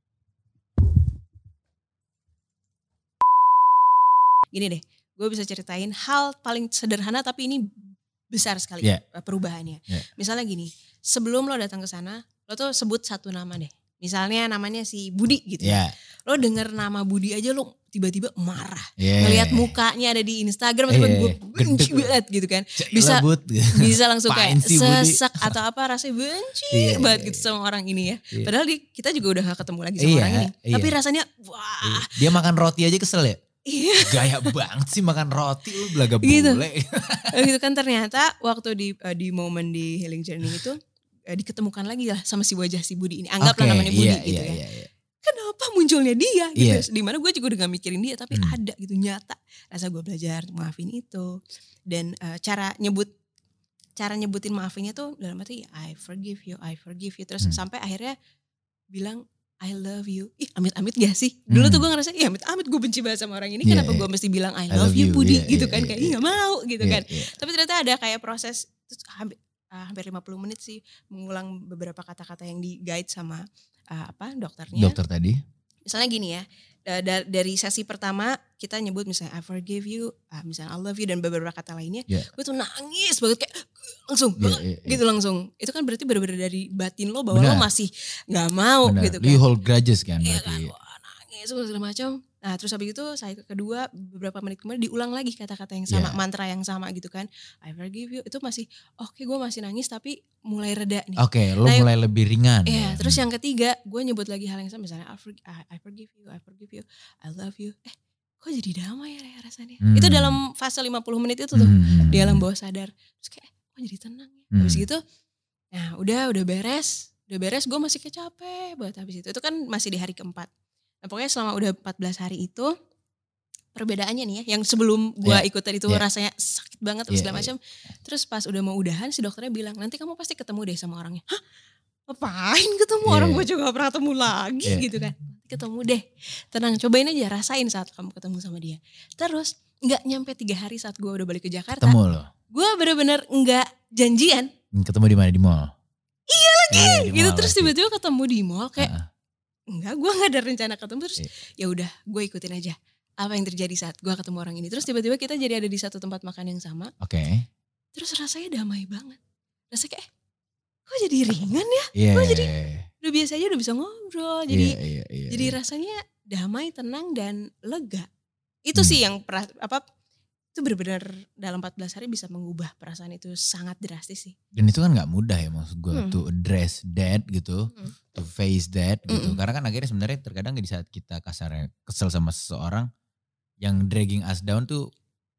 Gini deh, gue bisa ceritain hal paling sederhana tapi ini besar sekali Yeah. eh, perubahannya. Yeah. Misalnya gini, sebelum lo datang ke sana, lo tuh sebut satu nama deh. Misalnya namanya si Budi gitu. Ya. Lo denger nama Budi aja lo tiba-tiba marah. Yeah. Ngeliat mukanya ada di Instagram, Yeah. tiba gue benci Gendek. banget gitu kan. Cailah, Bisa Bud. bisa langsung Apaan kayak sih, Budi? sesek atau apa rasanya benci Iya, banget iya, gitu sama orang ini ya. Iya. Padahal di, kita juga udah gak ketemu lagi sama Iya, orang ini. iya. Tapi rasanya wah Dia makan roti aja kesel ya? iya. Gaya banget sih makan roti, lu belaga Gitu. bule. gitu kan ternyata waktu di eh, di momen di healing journey itu eh, diketemukan lagi lah sama si wajah si Budi ini. Anggaplah Oke, namanya Budi iya, gitu iya, ya. iya, iya. Kenapa munculnya dia gitu. Iya. Dimana gue juga udah gak mikirin dia tapi Hmm. ada gitu nyata. Rasa gue belajar maafin itu. Dan eh, cara nyebut cara nyebutin maafinnya tuh dalam arti I forgive you, I forgive you. Terus Hmm. sampai akhirnya bilang I love you. Ih amit-amit gak sih? Dulu Hmm. tuh gue ngerasa iya amit-amit gue benci banget sama orang ini. Iya, Kenapa iya. gue mesti bilang I I love, love you, you, Budi iya, gitu iya, kan. iya, Kayak iya. ih gak mau gitu Iya, kan. iya. Tapi ternyata ada kayak proses terus hampir, ah, hampir lima puluh menit sih mengulang beberapa kata-kata yang di guide sama ah, apa dokternya. Dokter tadi. Misalnya gini ya, da- da- dari sesi pertama kita nyebut misalnya I forgive you, ah, misalnya I love you dan beberapa kata lainnya. Yeah. Gue tuh nangis banget kayak langsung Iya, iya, iya. gitu langsung. Itu kan berarti benar-benar dari batin lo bahwa Benar. lo masih gak mau Benar. gitu Do you kan. hold grudges kan Iya berarti? kan, wah nangis segala macam. Nah terus habis itu saya kedua beberapa menit kemudian diulang lagi kata-kata yang sama, Yeah. mantra yang sama gitu kan. I forgive you, itu masih oke gue masih nangis tapi mulai reda nih. Oke, lo Nah, mulai lebih ringan. Iya, ya? terus Hmm. yang ketiga gue nyebut lagi hal yang sama misalnya I, forg- I, I forgive you, I forgive you, I love you. Eh kok jadi damai ya rasanya. Hmm. Itu dalam fase lima puluh menit itu tuh Hmm. di alam bawah sadar. Terus kayak kok jadi tenang ya. Hmm. Habis gitu, nah udah udah beres. Udah beres gue masih kayak capek banget habis itu. Itu kan masih di hari keempat. Nah pokoknya selama udah empat belas hari itu perbedaannya nih ya. Yang sebelum gue Yeah. ikut tadi itu Yeah. rasanya sakit banget Yeah, segala yeah. macam. Terus pas udah mau udahan si dokternya bilang nanti kamu pasti ketemu deh sama orangnya. Hah? Ngapain ketemu Yeah. orang gue juga gak pernah ketemu lagi Yeah. gitu kan. Nanti ketemu deh. Tenang cobain aja rasain saat kamu ketemu sama dia. Terus gak nyampe tiga hari saat gue udah balik ke Jakarta. Ketemu lo. Gue bener-bener gak janjian. Ketemu di mana, di mall? Iya lagi. Gitu terus tiba-tiba ketemu di mall kayak Ah, enggak gue gak ada rencana ketemu. Terus Iya. ya udah gue ikutin aja apa yang terjadi saat gue ketemu orang ini. Terus tiba-tiba kita jadi ada di satu tempat makan yang sama. Oke. Terus rasanya damai banget. Rasanya kayak kok jadi ringan ya. Iya. Gue jadi udah biasa aja udah bisa ngobrol. Jadi Iya, iya, iya, jadi iya. rasanya damai, tenang dan lega. Itu Hmm. sih yang pra- apa itu benar-benar dalam empat belas hari bisa mengubah perasaan itu sangat drastis sih. Dan itu kan gak mudah ya maksud gue. Hmm. To address that gitu. Hmm. To face that gitu. Mm-mm. Karena kan akhirnya sebenarnya terkadang di saat kita kasarnya kesel sama seseorang. Yang dragging us down tuh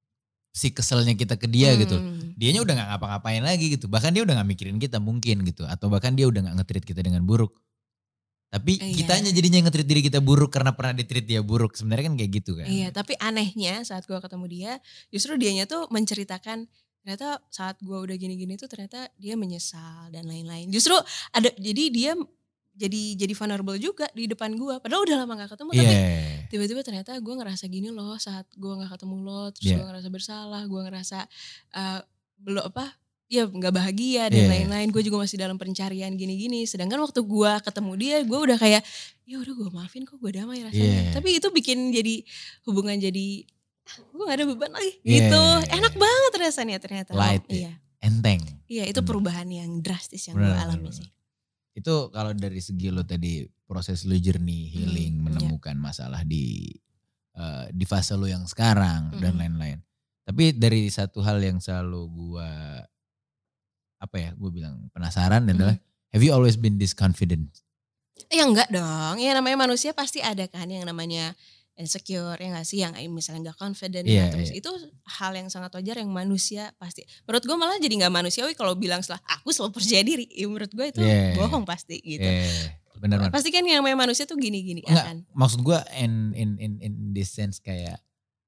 si keselnya kita ke dia gitu. Hmm. Dianya udah gak ngapa-ngapain lagi gitu. Bahkan dia udah gak mikirin kita mungkin gitu. Atau bahkan dia udah gak nge-treat kita dengan buruk. Tapi Iya. kitanya jadinya nge-treat diri kita buruk karena pernah di-treat dia buruk. Sebenarnya kan kayak gitu kan. Iya, tapi anehnya saat gue ketemu dia, justru dianya tuh menceritakan ternyata saat gue udah gini-gini tuh ternyata dia menyesal dan lain-lain. Justru ada jadi dia jadi jadi vulnerable juga di depan gue. Padahal udah lama gak ketemu, Iya. tapi tiba-tiba ternyata gue ngerasa gini loh saat gue gak ketemu lo, terus Iya. gue ngerasa bersalah, gue ngerasa uh, belum apa, ya nggak bahagia dan Iya. lain-lain. Gue juga masih dalam pencarian gini-gini. Sedangkan waktu gue ketemu dia, gue udah kayak, ya udah gue maafin kok, gue damai rasanya. Iya. Tapi itu bikin jadi hubungan jadi gue gak ada beban lagi Yeah. gitu. Enak banget rasanya ternyata. Light Oh, iya. Enteng. Iya itu Bener. perubahan yang drastis yang gue Bener, alami bener, sih. Itu kalau dari segi lo tadi proses lo journey healing, Hmm, menemukan masalah di uh, di fase lo yang sekarang Hmm. dan lain-lain. Tapi dari satu hal yang selalu gua apa ya, gue bilang penasaran adalah have you always been this confident? Ya enggak dong, ya namanya manusia pasti ada kan yang namanya insecure ya gak sih, yang misalnya gak confident Iya, ya, terus iya. itu hal yang sangat wajar yang manusia pasti. Menurut gue malah jadi gak manusiawi kalau bilang setelah aku selalu percaya diri, ya menurut gue itu Iya. bohong pasti gitu. Yeah, benar-benar. Pasti kan yang namanya manusia tuh gini-gini Enggak, akan. maksud gue in in in in this sense kayak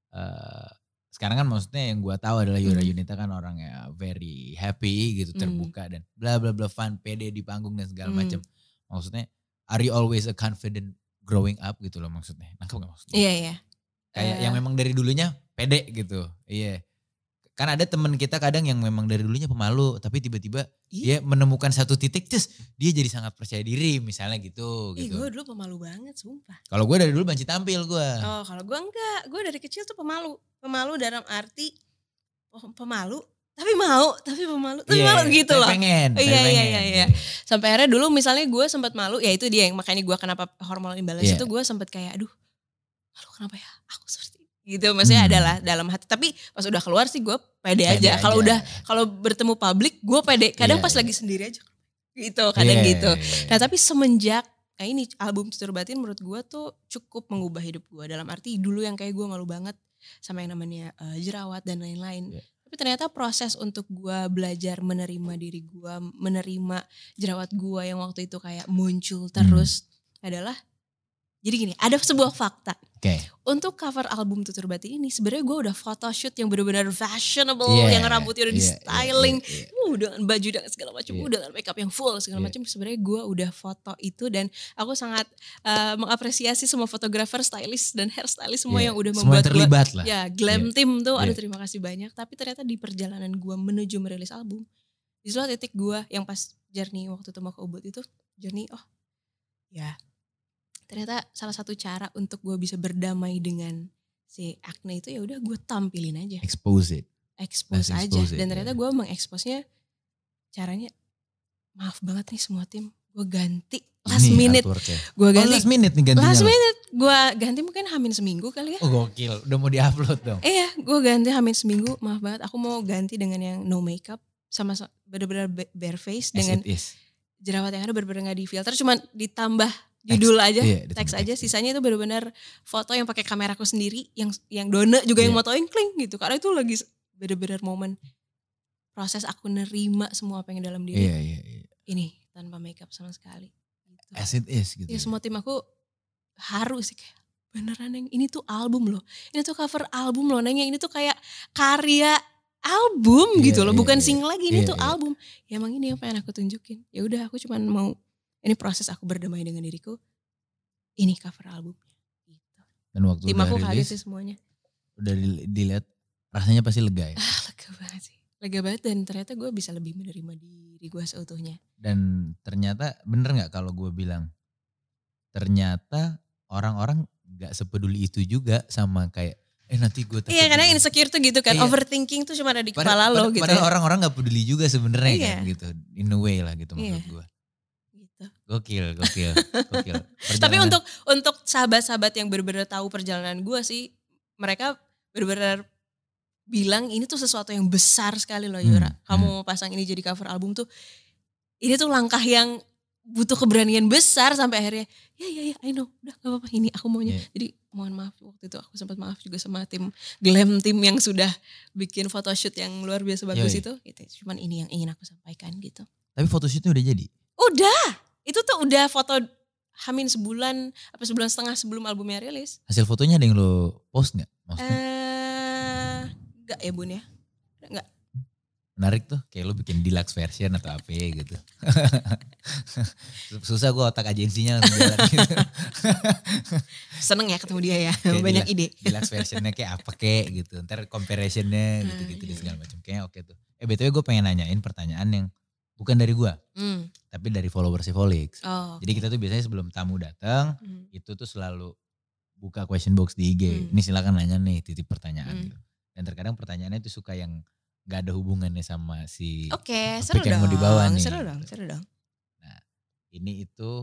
uh, sekarang kan maksudnya yang gue tahu adalah Yura Hmm. Yunita kan orangnya very happy gitu, Hmm. terbuka dan bla bla bla fun, pede di panggung dan segala Hmm. macam. Maksudnya are you always a confident growing up gitu loh maksudnya. Nangkep gak maksudnya? Iya iya. Kayak Eh. yang memang dari dulunya pede gitu. Iya. Kan ada teman kita kadang yang memang dari dulunya pemalu tapi tiba-tiba dia Iya. menemukan satu titik terus dia jadi sangat percaya diri misalnya gitu Ih gitu. gue dulu pemalu banget sumpah. Kalau gue dari dulu banci tampil gue. Oh kalau gue enggak, gue dari kecil tuh pemalu. Pemalu dalam arti oh, pemalu tapi mau, tapi pemalu, tapi Iya, malu gitu tapi loh. pengen, tapi Iya, iya, pengen. iya, iya. Sampai akhirnya dulu misalnya gue sempat malu, ya itu dia yang makanya gue kenapa hormonal imbalance Iya. itu gue sempat kayak aduh, aduh kenapa ya aku seperti gitu. Maksudnya Hmm. adalah dalam hati, tapi pas udah keluar sih gue pede, Pede aja. Kalau aja. udah kalau bertemu publik gue pede. Kadang Iya, pas iya. lagi sendiri aja gitu, kadang Iya, gitu. iya. Nah tapi semenjak nah ini album Tutur Batin menurut gue tuh cukup mengubah hidup gue. Dalam arti dulu yang kayak gue malu banget sama yang namanya uh, jerawat dan lain-lain. Iya. Tapi ternyata proses untuk gue belajar menerima diri gue, menerima jerawat gue yang waktu itu kayak muncul terus adalah, jadi gini, ada sebuah fakta. Oke. Untuk cover album Tutur Batin ini sebenarnya gue udah photoshoot yang benar-benar fashionable, Iya, yang rambutnya udah di iya, styling, iya, iya, uh, dengan baju dan segala macam, Iya. uh, dengan makeup yang full segala Iya. macam. Sebenarnya gue udah foto itu dan aku sangat uh, mengapresiasi semua fotografer, stylist dan hairstylist semua Iya. yang udah Semua membuat yang gue, terlibat lah. ya glam Iya. team tuh, aduh Iya. terima kasih banyak. Tapi ternyata di perjalanan gue menuju merilis album, di suatu titik gue yang pas journey waktu itu mau ke Ubud itu, journey oh ya ternyata salah satu cara untuk gue bisa berdamai dengan si acne itu ya udah gue tampilin aja, Expose it. expose Let's aja. expose it, Dan ternyata ya. gue mengeksposnya caranya, maaf banget nih semua tim, gue ganti last Ini minute, artworknya. gue Oh, ganti last minute nih gantinya. last lo. minute, gue ganti mungkin hamin seminggu kali ya. Oh gokil, udah mau diupload dong. Iya, gue ganti hamin seminggu, maaf banget. Aku mau ganti dengan yang no makeup, sama bener-bener ba- bare face, As dengan it is. jerawat yang ada bener-bener gak di filter, cuman ditambah judul aja, Iya, ditambah teks aja. teks. Sisanya itu bener-bener foto yang pakai kameraku sendiri, yang yang Dona juga yang Iya. motoin kling gitu. Karena itu lagi bener-bener momen proses aku nerima semua apa yang dalam diri Iya, iya, iya. ini tanpa makeup sama sekali. Gitu. As it is gitu. Ya semua tim aku haru sih kayak beneran yang ini tuh album loh, ini tuh cover album loh, nanya ini tuh kayak karya album Iya, gitu loh, iya, bukan iya. single lagi, ini Iya, tuh iya. album. Ya emang ini yang pengen aku tunjukin. Ya udah aku cuman mau, ini proses aku berdamai dengan diriku, ini cover albumnya. Gitu. Dan waktu Tim udah aku kaget rilis, sih semuanya. udah di- dilihat rasanya pasti lega ya. Ah lega banget sih, lega banget dan ternyata gue bisa lebih menerima diri gue seutuhnya. Dan ternyata bener gak kalau gue bilang, ternyata orang-orang gak sepeduli itu juga sama kayak, eh nanti gue takut. Iya karena gini. insecure tuh gitu kan, Iya. overthinking tuh cuma ada di Padahal- kepala lo padahal- gitu. Padahal ya. orang-orang gak peduli juga sebenarnya Iya. kan gitu. In a way lah gitu Iya. maksud gue. Gitu. Gokil, gokil, gokil. Tapi Perjalanan- untuk untuk sahabat-sahabat yang benar-benar tahu perjalanan gue sih, mereka benar-benar bilang ini tuh sesuatu yang besar sekali loh Yura. Hmm, Kamu mau pasang ini jadi cover album tuh, ini tuh langkah yang butuh keberanian besar sampai akhirnya, ya ya ya I know, udah gak apa-apa ini aku maunya. Iya. Jadi mohon maaf waktu itu aku sempat maaf juga sama tim glam tim yang sudah bikin photoshoot yang luar biasa bagus Yoi. itu. Gitu. Cuman ini yang ingin aku sampaikan gitu. Tapi photoshootnya udah jadi? Udah, itu tuh udah foto hamin sebulan apa sebulan setengah sebelum albumnya rilis. Hasil fotonya ada yang lo post gak? Maksudnya Eh, enggak ya bun ya, enggak. menarik tuh, kayak lo bikin deluxe version atau apa gitu. Susah gue otak agensinya langsung jalan gitu. Seneng ya ketemu dia ya, Kayak banyak deluxe- ide. Deluxe versionnya kayak apa kayak gitu. Ntar comparisonnya gitu-gitu Ah, dan iya. segala macam. Kayaknya oke tuh. Eh B T W gue pengen nanyain pertanyaan yang bukan dari gue, Hmm. tapi dari followers Volix. Oh. Jadi kita tuh biasanya sebelum tamu datang, Hmm. itu tuh selalu buka question box di I G. Hmm. Ini silakan nanya nih, titip pertanyaan Hmm. gitu. Dan terkadang pertanyaannya itu suka yang gak ada hubungannya sama si Oke, topik seru yang dong. mau dibawa nih. Seru dong, seru dong. Nah, ini itu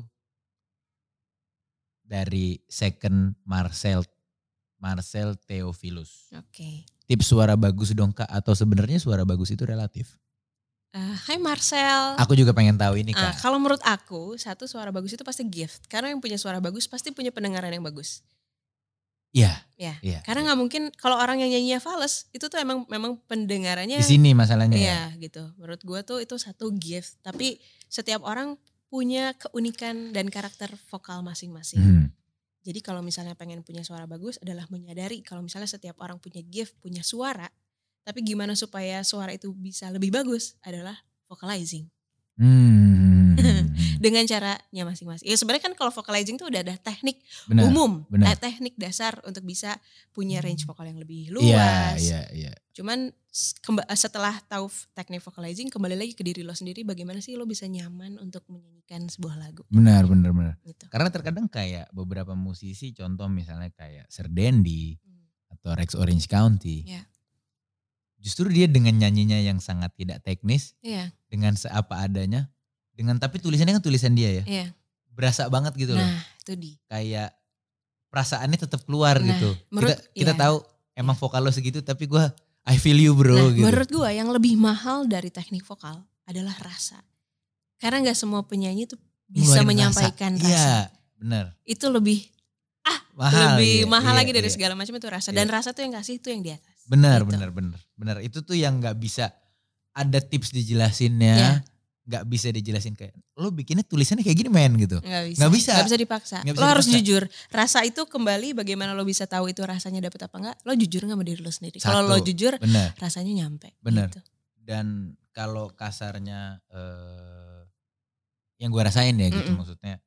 dari second Marcel Marcel Theophilus. Oke. Tips suara bagus dong Kak, atau sebenarnya suara bagus itu relatif? Uh, Hai Marcel. Aku juga pengen tahu ini Uh, Kak. kalau menurut aku, satu suara bagus itu pasti gift. Karena yang punya suara bagus pasti punya pendengaran yang bagus. Iya. Ya. Iya. Karena nggak mungkin kalau orang yang nyanyinya fals itu tuh emang memang pendengarannya. Di sini masalahnya. Iya gitu. Menurut gue tuh itu satu gift. Tapi setiap orang punya keunikan dan karakter vokal masing-masing. Hmm. Jadi kalau misalnya pengen punya suara bagus adalah menyadari kalau misalnya setiap orang punya gift, punya suara. Tapi gimana supaya suara itu bisa lebih bagus adalah vocalizing. Hmm. Dengan caranya masing-masing. Ya sebenarnya kan kalau vocalizing tuh udah ada teknik Benar, umum. benar. Eh, teknik dasar untuk bisa punya range vokal yang lebih luas. Iya, iya, iya. Cuman kemba- setelah tahu teknik vocalizing kembali lagi ke diri lo sendiri. Bagaimana sih lo bisa nyaman untuk menyanyikan sebuah lagu. Benar, benar, benar. Gitu. Karena terkadang kayak beberapa musisi, contoh misalnya kayak Sir Dendi Hmm. atau Rex Orange County. Ya. Justru dia dengan nyanyinya yang sangat tidak teknis, Iya. dengan seapa adanya, dengan tapi tulisannya kan tulisan dia ya, Iya. berasa banget gitu loh. Nah itu di. Kayak perasaannya tetap keluar Nah, gitu. menurut- kita kita iya. tahu emang vokal lo segitu, tapi gue I feel you bro Nah, gitu. menurut gue yang lebih mahal dari teknik vokal adalah rasa. Karena nggak semua penyanyi tuh bisa Ngeluarin menyampaikan rasa. rasa. Iya, benar. Itu lebih ah Mahal, lebih iya, mahal iya, lagi dari iya. segala macam itu rasa. Iya. Dan rasa tuh yang kasih tuh yang di atas. Benar, Gitu. benar, benar, benar. Itu tuh yang nggak bisa ada tips dijelasinnya, Iya. nggak bisa dijelasin kayak lo bikinnya tulisannya kayak gini men gitu. Nggak bisa. Nggak bisa. Nggak bisa dipaksa. Nggak bisa Lo harus dipaksa. jujur. Rasa itu kembali bagaimana lo bisa tahu itu rasanya dapet apa enggak. Lo jujur nggak sama diri lo sendiri. Kalau Satu, lo jujur benar. rasanya nyampe. Benar. Gitu. Dan kalau kasarnya eh, yang gue rasain ya gitu Mm-mm. maksudnya.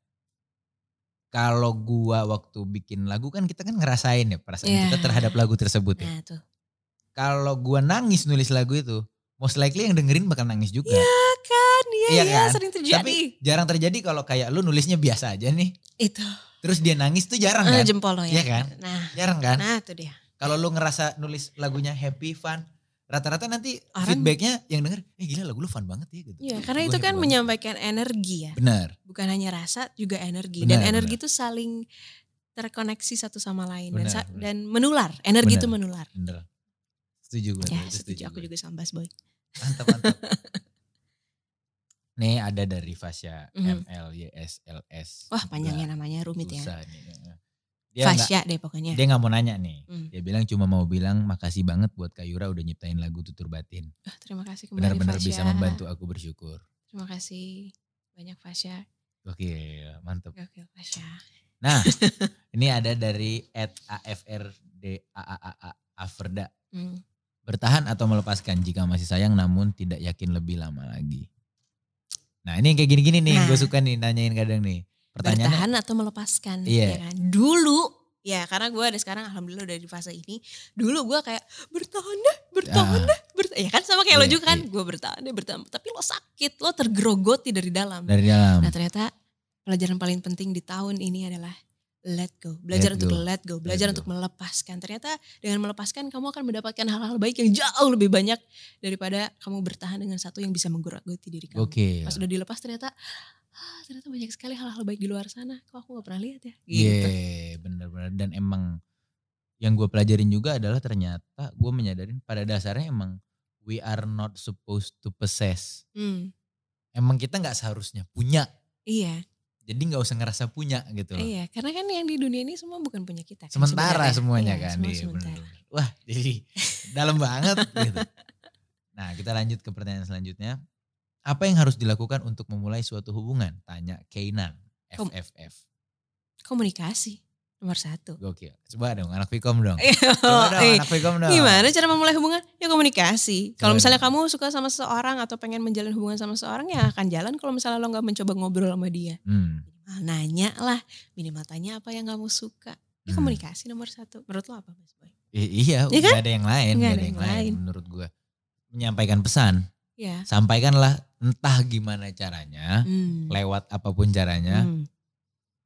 Kalau gua waktu bikin lagu kan kita kan ngerasain ya perasaan Iya. kita terhadap lagu tersebut ya. Nah tuh. Kalau gua nangis nulis lagu itu, most likely yang dengerin bakal nangis juga. Iya kan. Iya Iya iya kan? sering terjadi. Tapi jarang terjadi kalau kayak lu nulisnya biasa aja nih. itu. Terus dia nangis tuh jarang Eh, kan? jempol lo ya. Iya kan? Nah. Jarang kan? Nah itu dia. Kalau lu ngerasa nulis lagunya happy, fun, rata-rata nanti Orang- feedbacknya yang denger, eh gila lagu lu fun banget ya gitu. Iya, karena Gua itu happy kan banget. menyampaikan energi ya. Benar, Bukan hanya rasa, juga energi. Benar, dan energi itu saling terkoneksi satu sama lain. dan, Benar, sa- benar. dan menular. Energi Benar. itu menular. bener. Setuju gue. Ya setuju, aku juga sama Bas Boy. Mantap, mantap. Nih ada dari Fasya M Mhm. L Y S L S. Wah panjangnya namanya rumit ya. Susah nih. Dia nggak Fasya deh pokoknya. dia nggak mau nanya nih. Hmm. Dia bilang cuma mau bilang makasih banget buat Kak Yura udah nyiptain lagu Tutur Batin. Ah, terima kasih kembali Benar-benar Fasya. bisa membantu aku bersyukur. Terima kasih banyak Fasya. Oke, mantap. Oke Fasya. Nah, ini ada dari at A F R D A A A A Aferda. Hmm. Bertahan atau melepaskan jika masih sayang namun tidak yakin lebih lama lagi. Nah ini yang kayak gini-gini nih, Nah. gue suka nih nanyain kadang nih. Pertanyaannya, Bertahan atau melepaskan. Iya. Ya kan? Dulu, ya karena gue ada sekarang alhamdulillah udah di fase ini. Dulu gue kayak bertahan deh, bertahan Ah. deh. Bertahan. Ya kan sama kayak lo Iya, juga kan. iya. Gue bertahan deh, bertahan. Tapi lo sakit, lo tergerogoti dari dalam. dari dalam. Nah ternyata pelajaran paling penting di tahun ini adalah let go. Belajar Let untuk go. let go. Belajar Let untuk go. melepaskan. Ternyata dengan melepaskan kamu akan mendapatkan hal-hal baik yang jauh lebih banyak daripada kamu bertahan dengan satu yang bisa menggerogoti diri kamu. Oke. Pas udah dilepas ternyata, ah, ternyata banyak sekali hal-hal baik di luar sana. Kok aku gak pernah lihat ya? Iya, Gitu. benar-benar. Dan emang yang gue pelajarin juga adalah ternyata gue menyadarin pada dasarnya emang we are not supposed to possess. Hmm, Emang kita nggak seharusnya punya. iya, Jadi nggak usah ngerasa punya gitu loh. iya. Karena kan yang di dunia ini semua bukan punya kita. Kan, Sementara sebenarnya. semuanya Iya, kan. semua Iya, sementara. bener-bener. Wah jadi dalam banget gitu. Nah kita lanjut ke pertanyaan selanjutnya. Apa yang harus dilakukan untuk memulai suatu hubungan? Tanya Keinan. F Kom- F F. Komunikasi nomor satu. Gokil. Coba dong anak Vkom dong. Oh, Coba dong eh, anak Vkom dong. Gimana cara memulai hubungan? Ya komunikasi. Kalau Coba misalnya dong. kamu suka sama seseorang atau pengen menjalin hubungan sama seseorang ya akan jalan kalau misalnya lo gak mencoba ngobrol sama dia. Hmm. Minimal nanya lah, minimal tanya apa yang kamu suka. Ya Hmm. komunikasi nomor satu. Menurut lo apa Mas Boy? I- iya, Iya nggak kan? ada yang lain, Nggak nggak ada ada yang yang lain lain. menurut gue. Menyampaikan pesan, Ya. sampaikanlah entah gimana caranya, Hmm. lewat apapun caranya. Hmm.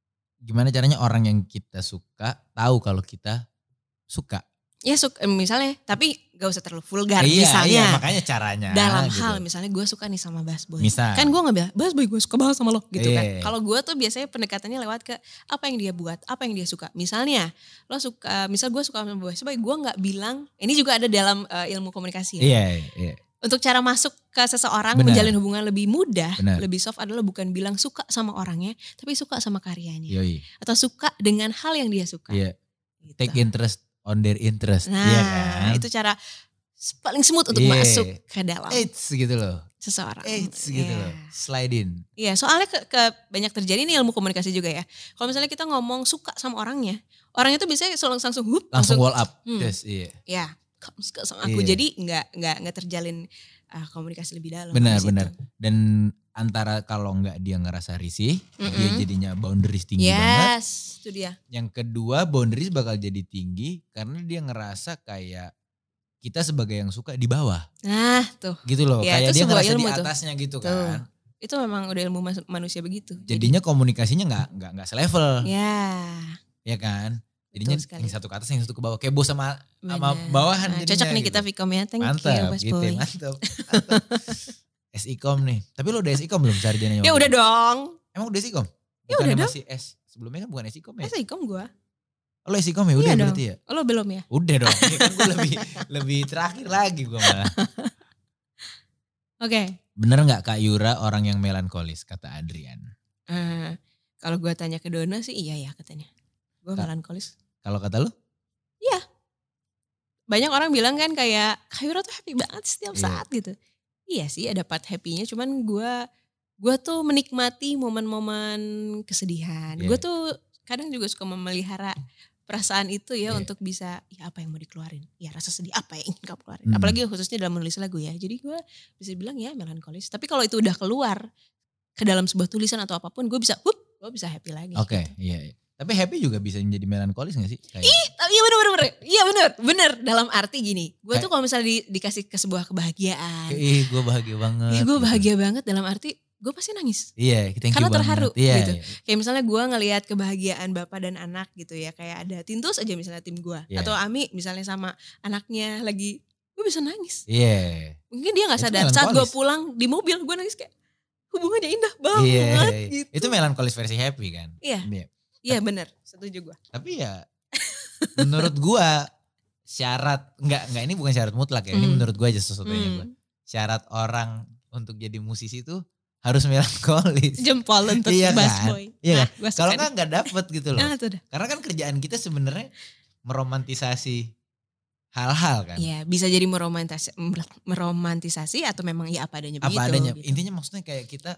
gimana caranya orang yang kita suka tahu kalau kita suka. Ya suka, misalnya, tapi gak usah terlalu vulgar. Iya, misalnya, iya, makanya caranya. dalam gitu. hal misalnya gue suka nih sama Busboy. Misal. Kan gue gak bilang, Busboy gue suka banget sama lo gitu Iya. kan. Kalau gue tuh biasanya pendekatannya lewat ke apa yang dia buat, apa yang dia suka. Misalnya, lo suka, misal gue suka sama Busboy, gue gak bilang, ini juga ada dalam uh, ilmu komunikasi ya. Iya, iya. Untuk cara masuk ke seseorang, Benar. menjalin hubungan lebih mudah, Benar. lebih soft adalah bukan bilang suka sama orangnya, tapi suka sama karyanya. Yoi. Atau suka dengan hal yang dia suka. Iya. Gitu. Take interest on their interest. Nah, iya kan? itu cara paling smooth untuk Iya. masuk ke dalam Eits gitu loh. seseorang. Eits gitu Iya. loh. Slide in. Iya, soalnya ke, ke banyak terjadi ini ilmu komunikasi juga ya. Kalau misalnya kita ngomong suka sama orangnya, orangnya tuh biasanya langsung langsung hup, Langsung wall up. Hmm. Yes, iya. ya, kamu suka sama aku. Iya. Jadi nggak nggak nggak terjalin uh, komunikasi lebih dalam. Benar, di situ. benar. Dan antara kalau nggak dia ngerasa risih, Mm-mm. dia jadinya boundaries tinggi banget. Yes, itu dia. Yang kedua boundaries bakal jadi tinggi karena dia ngerasa kayak kita sebagai yang suka di bawah. Nah, tuh. Gitu loh, Ya, kayak itu dia sebuah ngerasa di ilmu tuh. atasnya gitu Tuh. kan. Itu memang udah ilmu mas- manusia begitu. Jadinya komunikasinya nggak nggak nggak selevel, Jadi, ya, ya kan? Jadinya betul sekali. yang satu ke atas, yang satu ke bawah. Kayak bos sama sama Benar. bawahan Nah, jadinya cocok nih gitu. kita Vkom ya. Thank Mantap, you, Mas gitu, Boy. mantap. mantap. S I K O M nih. Tapi lo udah S I K O M belum sarjananya? Ya waktu udah itu? dong. Emang udah S I K O M? Ya Bukannya udah dong. masih S. Sebelumnya kan bukan S I K O M ya? Masa Ikom gue? Oh, lo S I K O M ya? Udah Iya berarti dong. ya? Oh, lo belum ya? Udah dong. Ini kan gue lebih lebih terakhir lagi gue malah. Oke. Bener gak Kak Yura orang yang melankolis kata Adrian? Eh, kalau gue tanya ke Dona sih iya ya katanya. Gue Kak. melankolis. Kalau kata lo? Banyak orang bilang kan kayak Kak Yura tuh happy banget setiap Iya. saat gitu. Iya sih ada part happy-nya, cuman gue gue tuh menikmati momen-momen kesedihan. Iya. Gue tuh kadang juga suka memelihara perasaan itu ya Iya. untuk bisa ya apa yang mau dikeluarin. Ya rasa sedih apa yang ingin kamu keluarin. Hmm. Apalagi khususnya dalam menulis lagu ya. Jadi gue bisa bilang ya melankolis. Tapi kalau itu udah keluar ke dalam sebuah tulisan atau apapun gue bisa hup, gue bisa happy lagi. Oke, gitu. iya. iya. Tapi happy juga bisa menjadi melankolis gak sih? Kayak, Tapi iya bener bener bener. Iya bener bener. Dalam arti gini. Gue Kayak- tuh kalau misalnya di- dikasih ke sebuah kebahagiaan. kayak, ih gue bahagia banget. Ya gue gitu. bahagia banget dalam arti gue pasti nangis. Iya, thank you Karena banget. terharu, Iya, gitu. iya. Kayak misalnya gue ngelihat kebahagiaan bapak dan anak gitu ya. Kayak ada Tintus aja misalnya tim gue. Iya. Atau Ami misalnya sama anaknya lagi. Gue bisa nangis. Iya. Mungkin dia gak Itu sadar. Saat gue melankolis. pulang di mobil gue nangis kayak. Hubungannya indah banget Iya, iya. gitu. Itu melankolis versi happy kan? Iya. Iya. Iya bener. Setuju gue. Tapi ya menurut gua syarat enggak enggak ini bukan syarat mutlak ya. Ini Hmm. menurut gua aja sesuatunya gua. Hmm. Syarat orang untuk jadi musisi itu harus melankolis. Jempol untuk Iya Bass kan? Boy. Iya Nah, kan? gue suka Kalau nih. enggak enggak dapet gitu loh. Nah tuh dah. Karena kan kerjaan kita sebenarnya meromantisasi hal-hal kan. Iya bisa jadi meromantis, meromantisasi atau memang ya apa adanya begitu. Apa adanya. gitu. Intinya maksudnya kayak kita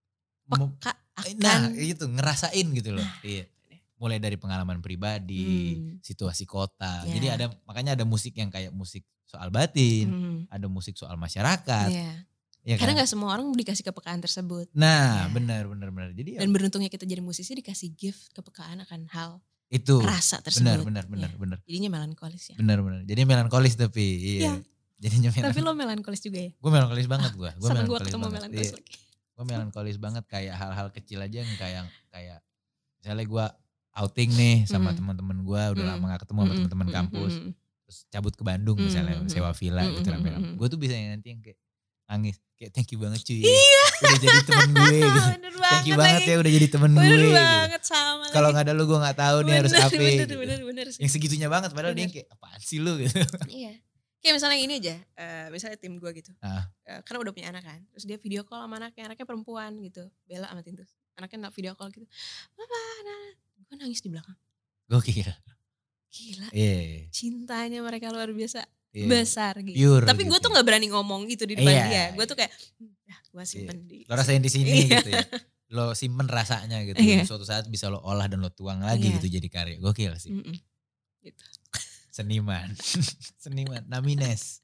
mem- Peka akan. nah itu ngerasain gitu loh. Iya. Mulai dari pengalaman pribadi, Hmm. situasi kota. Ya. Jadi ada makanya ada musik yang kayak musik soal batin, Hmm, ada musik soal masyarakat. iya. Ya Karena kan? gak semua orang dikasih kepekaan tersebut. Nah, Ya. benar benar benar. Jadi ya, Dan beruntungnya kita jadi musisi dikasih gift kepekaan akan hal itu rasa tersebut. benar benar benar Ya. benar. Jadinya melankolis ya. Benar benar. Jadi melankolis tapi iya. Iya. Jadinya melankolis. Tapi lo melankolis juga ya? Gue melankolis banget gue. Gue Seneng gue melankolis ketemu banget. melankolis Iya. lagi. Gue melankolis banget kayak hal-hal kecil aja yang kayak kayak misalnya gue outing nih sama Hmm. teman-teman gue udah Hmm. lama gak ketemu sama Mm-mm, teman-teman mm-mm, kampus. mm-mm. Terus cabut ke Bandung Hmm, misalnya hmm, sewa villa hmm, gitu hmm, rame-rame. hmm. Gue tuh bisa yang nanti yang kayak nangis kayak thank you banget cuy. Udah jadi temen gue gitu. Bener Thank you banget banget lagi. ya udah jadi temen Bener gue. Gitu. banget sama Kalau lagi. nggak ada lu gue nggak tahu nih harus Bener, apa. Bener Gitu. bener bener sih. Yang segitunya banget padahal dia Bener. yang kayak apaan sih lu gitu. Iya. Kayak misalnya ini aja, eh, misalnya tim gue gitu. Ah. Eh, karena udah punya anak kan. Terus dia video call sama anaknya, anaknya perempuan gitu. Bella sama Tintus. Anaknya nak video call gitu. Papa, nah. Gue nangis di belakang. Gokil. Gila, Iya. cintanya mereka luar biasa Iya. besar gitu. Pure Tapi gue gitu. tuh gak berani ngomong gitu di depan Iya. dia. Gue tuh kayak, "Hmm, ya gue simpen di. Lo rasain di sini Iya. gitu ya. Lo simpen rasanya gitu. Iya. Suatu saat bisa lo olah dan lo tuang lagi Iya. gitu jadi karya. Gokil sih. Mm-mm. Gitu. Seniman. Seniman. Namines.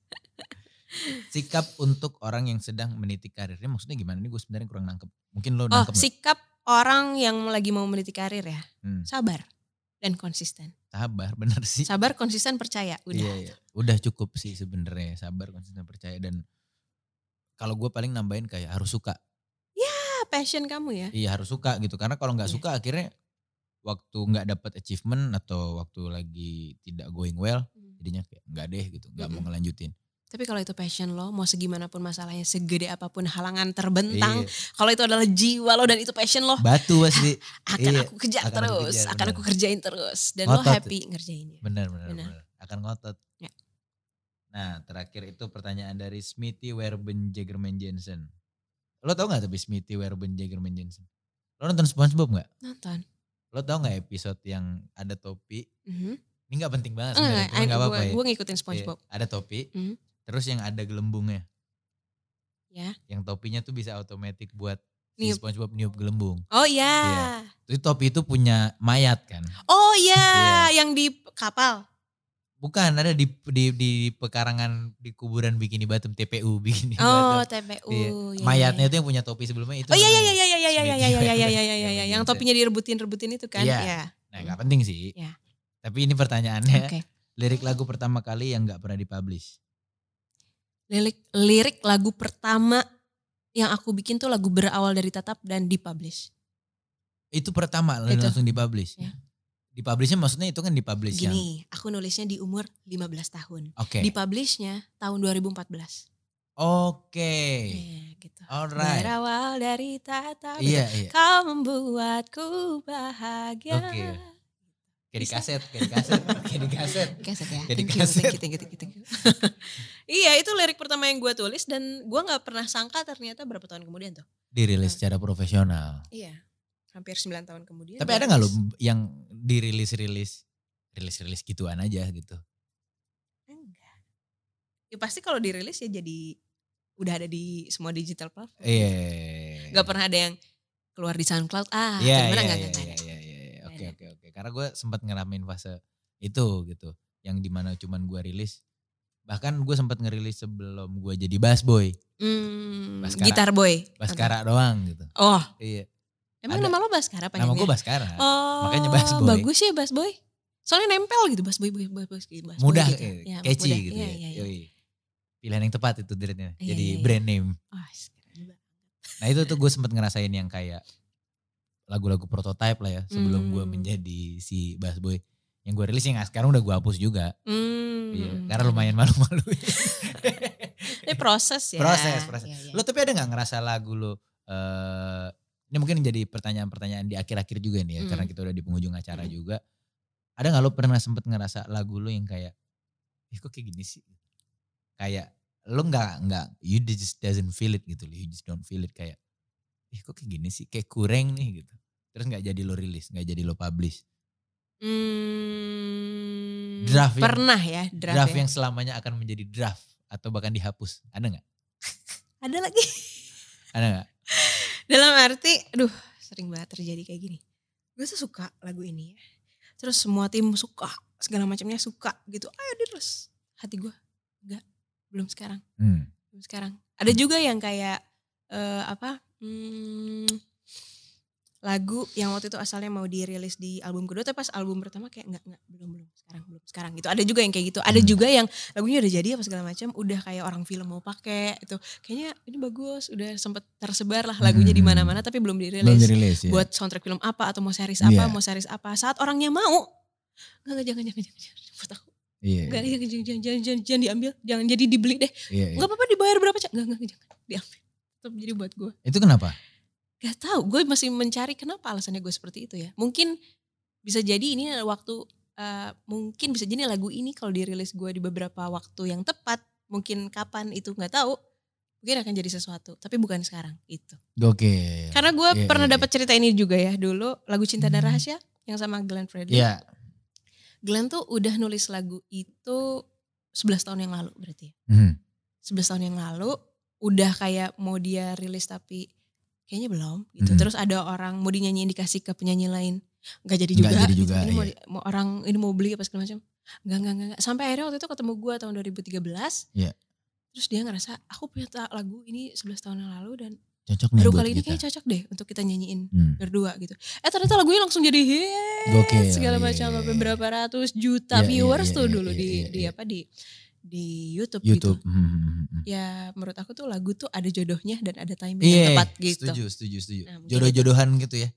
Sikap untuk orang yang sedang meniti karirnya maksudnya gimana? Ini gue sebenarnya kurang nangkep. Mungkin lo Oh, nangkep nggak? sikap orang yang lagi mau meniti karir ya. Hmm. Sabar dan konsisten. Sabar bener sih. Sabar, konsisten, percaya. Udah. Iya, iya. Udah cukup sih sebenarnya. Sabar, konsisten, percaya. Dan kalau gue paling nambahin kayak harus suka. Ah, passion kamu ya. Iya harus suka gitu. Karena kalau nggak Iya. suka akhirnya waktu nggak dapat achievement atau waktu lagi tidak going well, Hmm. jadinya kayak nggak deh gitu, nggak mau Mm-mm. ngelanjutin. Tapi kalau itu passion lo, mau segimanapun masalahnya, segede apapun halangan terbentang, Iya. kalau itu adalah jiwa lo dan itu passion lo, Batu pasti. akan Iya, aku kejar akan aku terus, kejar, akan benar. aku kerjain terus, dan lo Ngotot. happy ngerjainnya. Benar, benar, Benar. benar. Akan ngotot. Ya. Nah, terakhir itu pertanyaan dari Smithy Werben Jagerman Jensen. Lo tau gak tapi Smithy Werben Jagerman Jensen? Lo nonton SpongeBob gak? Nonton. Lo tau gak episode yang ada topi? Mhm. Ini gak penting banget Enggak, sebenarnya, cuma gak apa-apa ya. gue ngikutin SpongeBob. Iya, ada topi, Mhm. terus yang ada gelembungnya. Ya. Yang topinya tuh bisa otomatis buat si Niup. SpongeBob niup gelembung. Oh iya. Iya. Terus topi itu punya mayat kan? Oh iya, Iya. yang di kapal. Bukan, ada di di di pekarangan di kuburan Bikini Bottom, T P U Bikini Oh, Bottom. T P U. Iya. Iya, Mayatnya iya, itu yang punya topi sebelumnya itu. Oh iya iya namanya iya iya iya iya Smithy iya iya iya Werben iya iya iya Jagerman yang Jensen. topinya direbutin-rebutin itu kan? Iya. Iya. Nah, gak penting sih. Iya. Tapi ini pertanyaannya, Oke. lirik lagu pertama kali yang gak pernah dipublish. Lirik lirik lagu pertama yang aku bikin tuh lagu berawal dari Tatap dan dipublish. Itu pertama Itu. langsung dipublish. Ya. Dipublishnya maksudnya itu kan dipublish yang. Gini, aku nulisnya di umur lima belas tahun. Oke. Dipublishnya tahun dua ribu empat belas. Oke. Iya gitu. Alright. Berawal dari Tatap. Iya, iya. Kau membuatku bahagia. Oke. Kayak di Bisa. kaset, kayak di kaset, kayak di kaset. Kaset ya. Jadi Thank you, kaset. thank you, thank you, thank you, thank you. Iya, itu lirik pertama yang gue tulis dan gue nggak pernah sangka ternyata berapa tahun kemudian tuh. Dirilis secara profesional. Iya, hampir sembilan tahun kemudian. Tapi gua ada gak lo rilis. yang dirilis-rilis, rilis-rilis gituan aja gitu? Enggak. Ya pasti kalau dirilis ya jadi udah ada di semua digital platform. Iya. Gak pernah ada yang keluar di SoundCloud. Ah, Iya, gimana iya, nggak iya, nggak iya, ada. iya, iya, iya. Oke, Ada. oke, oke. Karena gue sempat ngeramin fase itu gitu. Yang dimana cuman gue rilis. Bahkan gue sempat ngerilis sebelum gue jadi bass boy. Hmm, Baskara. gitar boy. Baskara doang gitu. Oh, Iya. emang Ada. nama lo Baskara Nama panjangnya? gue Baskara. Oh, makanya Bass Boy. Bagus ya Bass Boy. Soalnya nempel gitu Bass Boy, Boy, Boy, Boy, Boy, Bass Boy Mudah, gitu. eh, Ya, catchy mudah. gitu Iya, ya. iya, iya. Yoi. Pilihan yang tepat itu direknya. Iya, Jadi iya, iya. brand name. Oh, keren banget. Nah itu tuh gue sempat ngerasain yang kayak lagu-lagu prototype lah ya. Sebelum gue Hmm. menjadi si bass boy. Yang gue rilis yang sekarang udah gue hapus juga. Hmm. Iya, karena lumayan malu-malu. Ini proses ya. Proses, proses. Iya, iya. Lo tapi ada gak ngerasa lagu lo, eh ini mungkin jadi pertanyaan-pertanyaan di akhir-akhir juga nih ya. Hmm. Karena kita udah di penghujung acara Hmm. juga. Ada gak lo pernah sempet ngerasa lagu lo yang kayak, eh kok kayak gini sih? Kayak lo gak, gak, you just doesn't feel it gitu. You just don't feel it kayak, eh kok kayak gini sih? Kayak kurang nih gitu. Terus gak jadi lo rilis, gak jadi lo publish. Hmm, Draft yang- pernah ya draft, Draft ya. yang selamanya akan menjadi draft. Atau bahkan dihapus. Ada gak? Ada lagi. Ada gak? Dalam arti, aduh sering banget terjadi kayak gini. Gue tuh suka lagu ini ya. Terus semua tim suka, segala macamnya suka gitu. Ayo terus. Hati gue, enggak, belum sekarang. Hmm. Belum sekarang. Ada juga yang kayak eh, apa? Hmm, lagu yang waktu itu asalnya mau dirilis di album kedua, tapi pas album pertama kayak enggak enggak belum belum sekarang belum sekarang gitu. Ada juga yang kayak gitu. Ada Hmm. juga yang lagunya udah jadi apa segala macam, udah kayak orang film mau pakai itu. Kayaknya ini bagus, udah sempet tersebar lah lagunya di Hmm. mana-mana tapi belum dirilis. Belum dirilis ya? Buat soundtrack film apa atau mau series apa, Iya. mau series apa. Saat orangnya mau, enggak enggak jangan jangan jangan, jangan. Buat aku. Iya, Enggak iya, jangan, jangan, jangan, jangan, jangan, jangan diambil, jangan jadi dibeli deh. iya, iya. Enggak apa-apa dibayar berapa cak? Enggak, enggak, jangan diambil. Tetap jadi buat gue. Itu kenapa? Gak tahu, gue masih mencari kenapa alasannya gue seperti itu ya. Mungkin bisa jadi ini adalah waktu, uh, mungkin bisa jadi lagu ini kalau dirilis gue di beberapa waktu yang tepat, mungkin kapan itu gak tahu, mungkin akan jadi sesuatu. Tapi bukan sekarang, itu. Oke. Karena gue Iya, pernah iya, dapat cerita ini juga ya dulu, lagu Cinta dan Rahasia yang sama Glenn Fredly. Iya. Glenn tuh udah nulis lagu itu sebelas tahun yang lalu berarti ya. Hmm. sebelas tahun yang lalu udah kayak mau dia rilis tapi kayaknya belum gitu. Hmm. Terus ada orang mau dinyanyiin dikasih ke penyanyi lain. Gak jadi Nggak juga. jadi gitu. juga, Ini mau, iya. di- mau orang ini mau beli apa segala macam. Enggak, enggak, enggak. Sampai akhirnya waktu itu ketemu gue tahun dua ribu tiga belas. Iya. Terus dia ngerasa aku punya ta- lagu ini sebelas tahun yang lalu dan Cocok nih baru buat kali ini kita. kayaknya cocok deh untuk kita nyanyiin Hmm. berdua gitu. Eh ternyata lagunya langsung jadi hit. Gokil, Segala iya, macam iya, sampai iya. berapa ratus juta Iya, iya, viewers iya, tuh iya, dulu iya, di iya, di iya. apa di di YouTube, YouTube. gitu. Hmm, hmm, hmm, hmm. Ya menurut aku tuh lagu tuh ada jodohnya dan ada timing Iya, yang tepat gitu. setuju, setuju, setuju. Nah, mungkin Jodoh-jodohan gitu ya. Iya.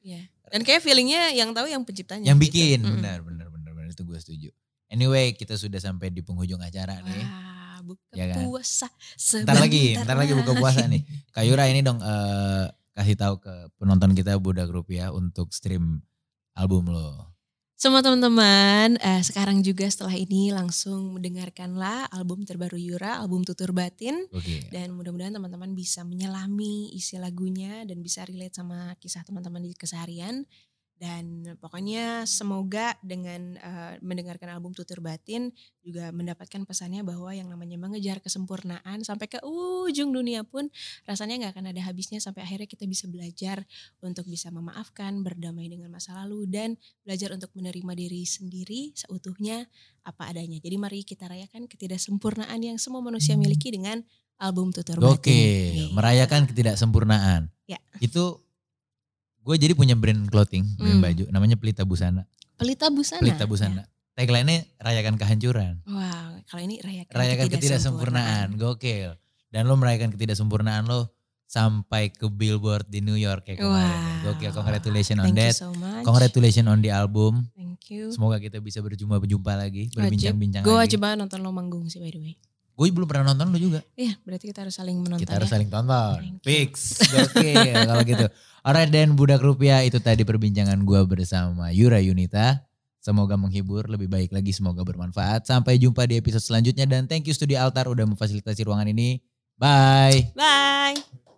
Dan kayak feelingnya yang tahu yang penciptanya. Yang gitu. bikin, Mm. benar, benar, benar, benar itu gue setuju. Anyway, kita sudah sampai di penghujung acara nih. Wah, buka Ya kan? puasa. Bentar lagi, bentar lagi buka puasa nih. Kak Yura ini dong eh, kasih tahu ke penonton kita Budak Rupiah untuk stream album lo. Semua teman-teman, eh, sekarang juga setelah ini langsung mendengarkanlah album terbaru Yura, album Tutur Batin. Oke. Dan mudah-mudahan teman-teman bisa menyelami isi lagunya dan bisa relate sama kisah teman-teman di keseharian. Dan pokoknya semoga dengan uh, mendengarkan album Tutur Batin juga mendapatkan pesannya bahwa yang namanya mengejar kesempurnaan sampai ke ujung dunia pun rasanya gak akan ada habisnya sampai akhirnya kita bisa belajar untuk bisa memaafkan, berdamai dengan masa lalu dan belajar untuk menerima diri sendiri seutuhnya apa adanya. Jadi mari kita rayakan ketidaksempurnaan yang semua manusia miliki dengan album Tutur Batin. Oke, merayakan ketidaksempurnaan. Ya. Itu gue jadi punya brand clothing, brand Hmm. baju, namanya Pelita Busana. Pelita Busana. Pelita Busana. Ya. Tagline-nya rayakan kehancuran. Wow, kalau ini rayakan, Rayakan ketidaksempurnaan. ketidaksempurnaan, gokil. Dan lo merayakan ketidaksempurnaan lo sampai ke billboard di New York kayak kemarin. Wow. Gokil, congratulations on Thank that. you so much. Congratulations on the album. Thank you. Semoga kita bisa berjumpa-jumpa lagi, berbincang-bincang Gue lagi. wajib banget nonton lo manggung sih by the way. Gue belum pernah nonton lo juga. Iya, berarti kita harus saling menonton Kita harus ya. saling tonton. Thank you. Fix. Oke kalau gitu. Alright, dan Budak Rupiah itu tadi perbincangan gue bersama Yura Yunita. Semoga menghibur, lebih baik lagi semoga bermanfaat. Sampai jumpa di episode selanjutnya dan thank you Studio Altar udah memfasilitasi ruangan ini. Bye. Bye.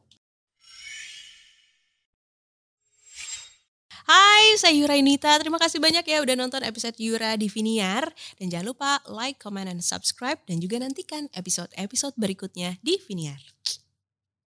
Hai, saya Yura Yunita. Terima kasih banyak ya udah nonton episode Yura di Viniar. Dan jangan lupa like, comment, dan subscribe. Dan juga nantikan episode-episode berikutnya di Viniar.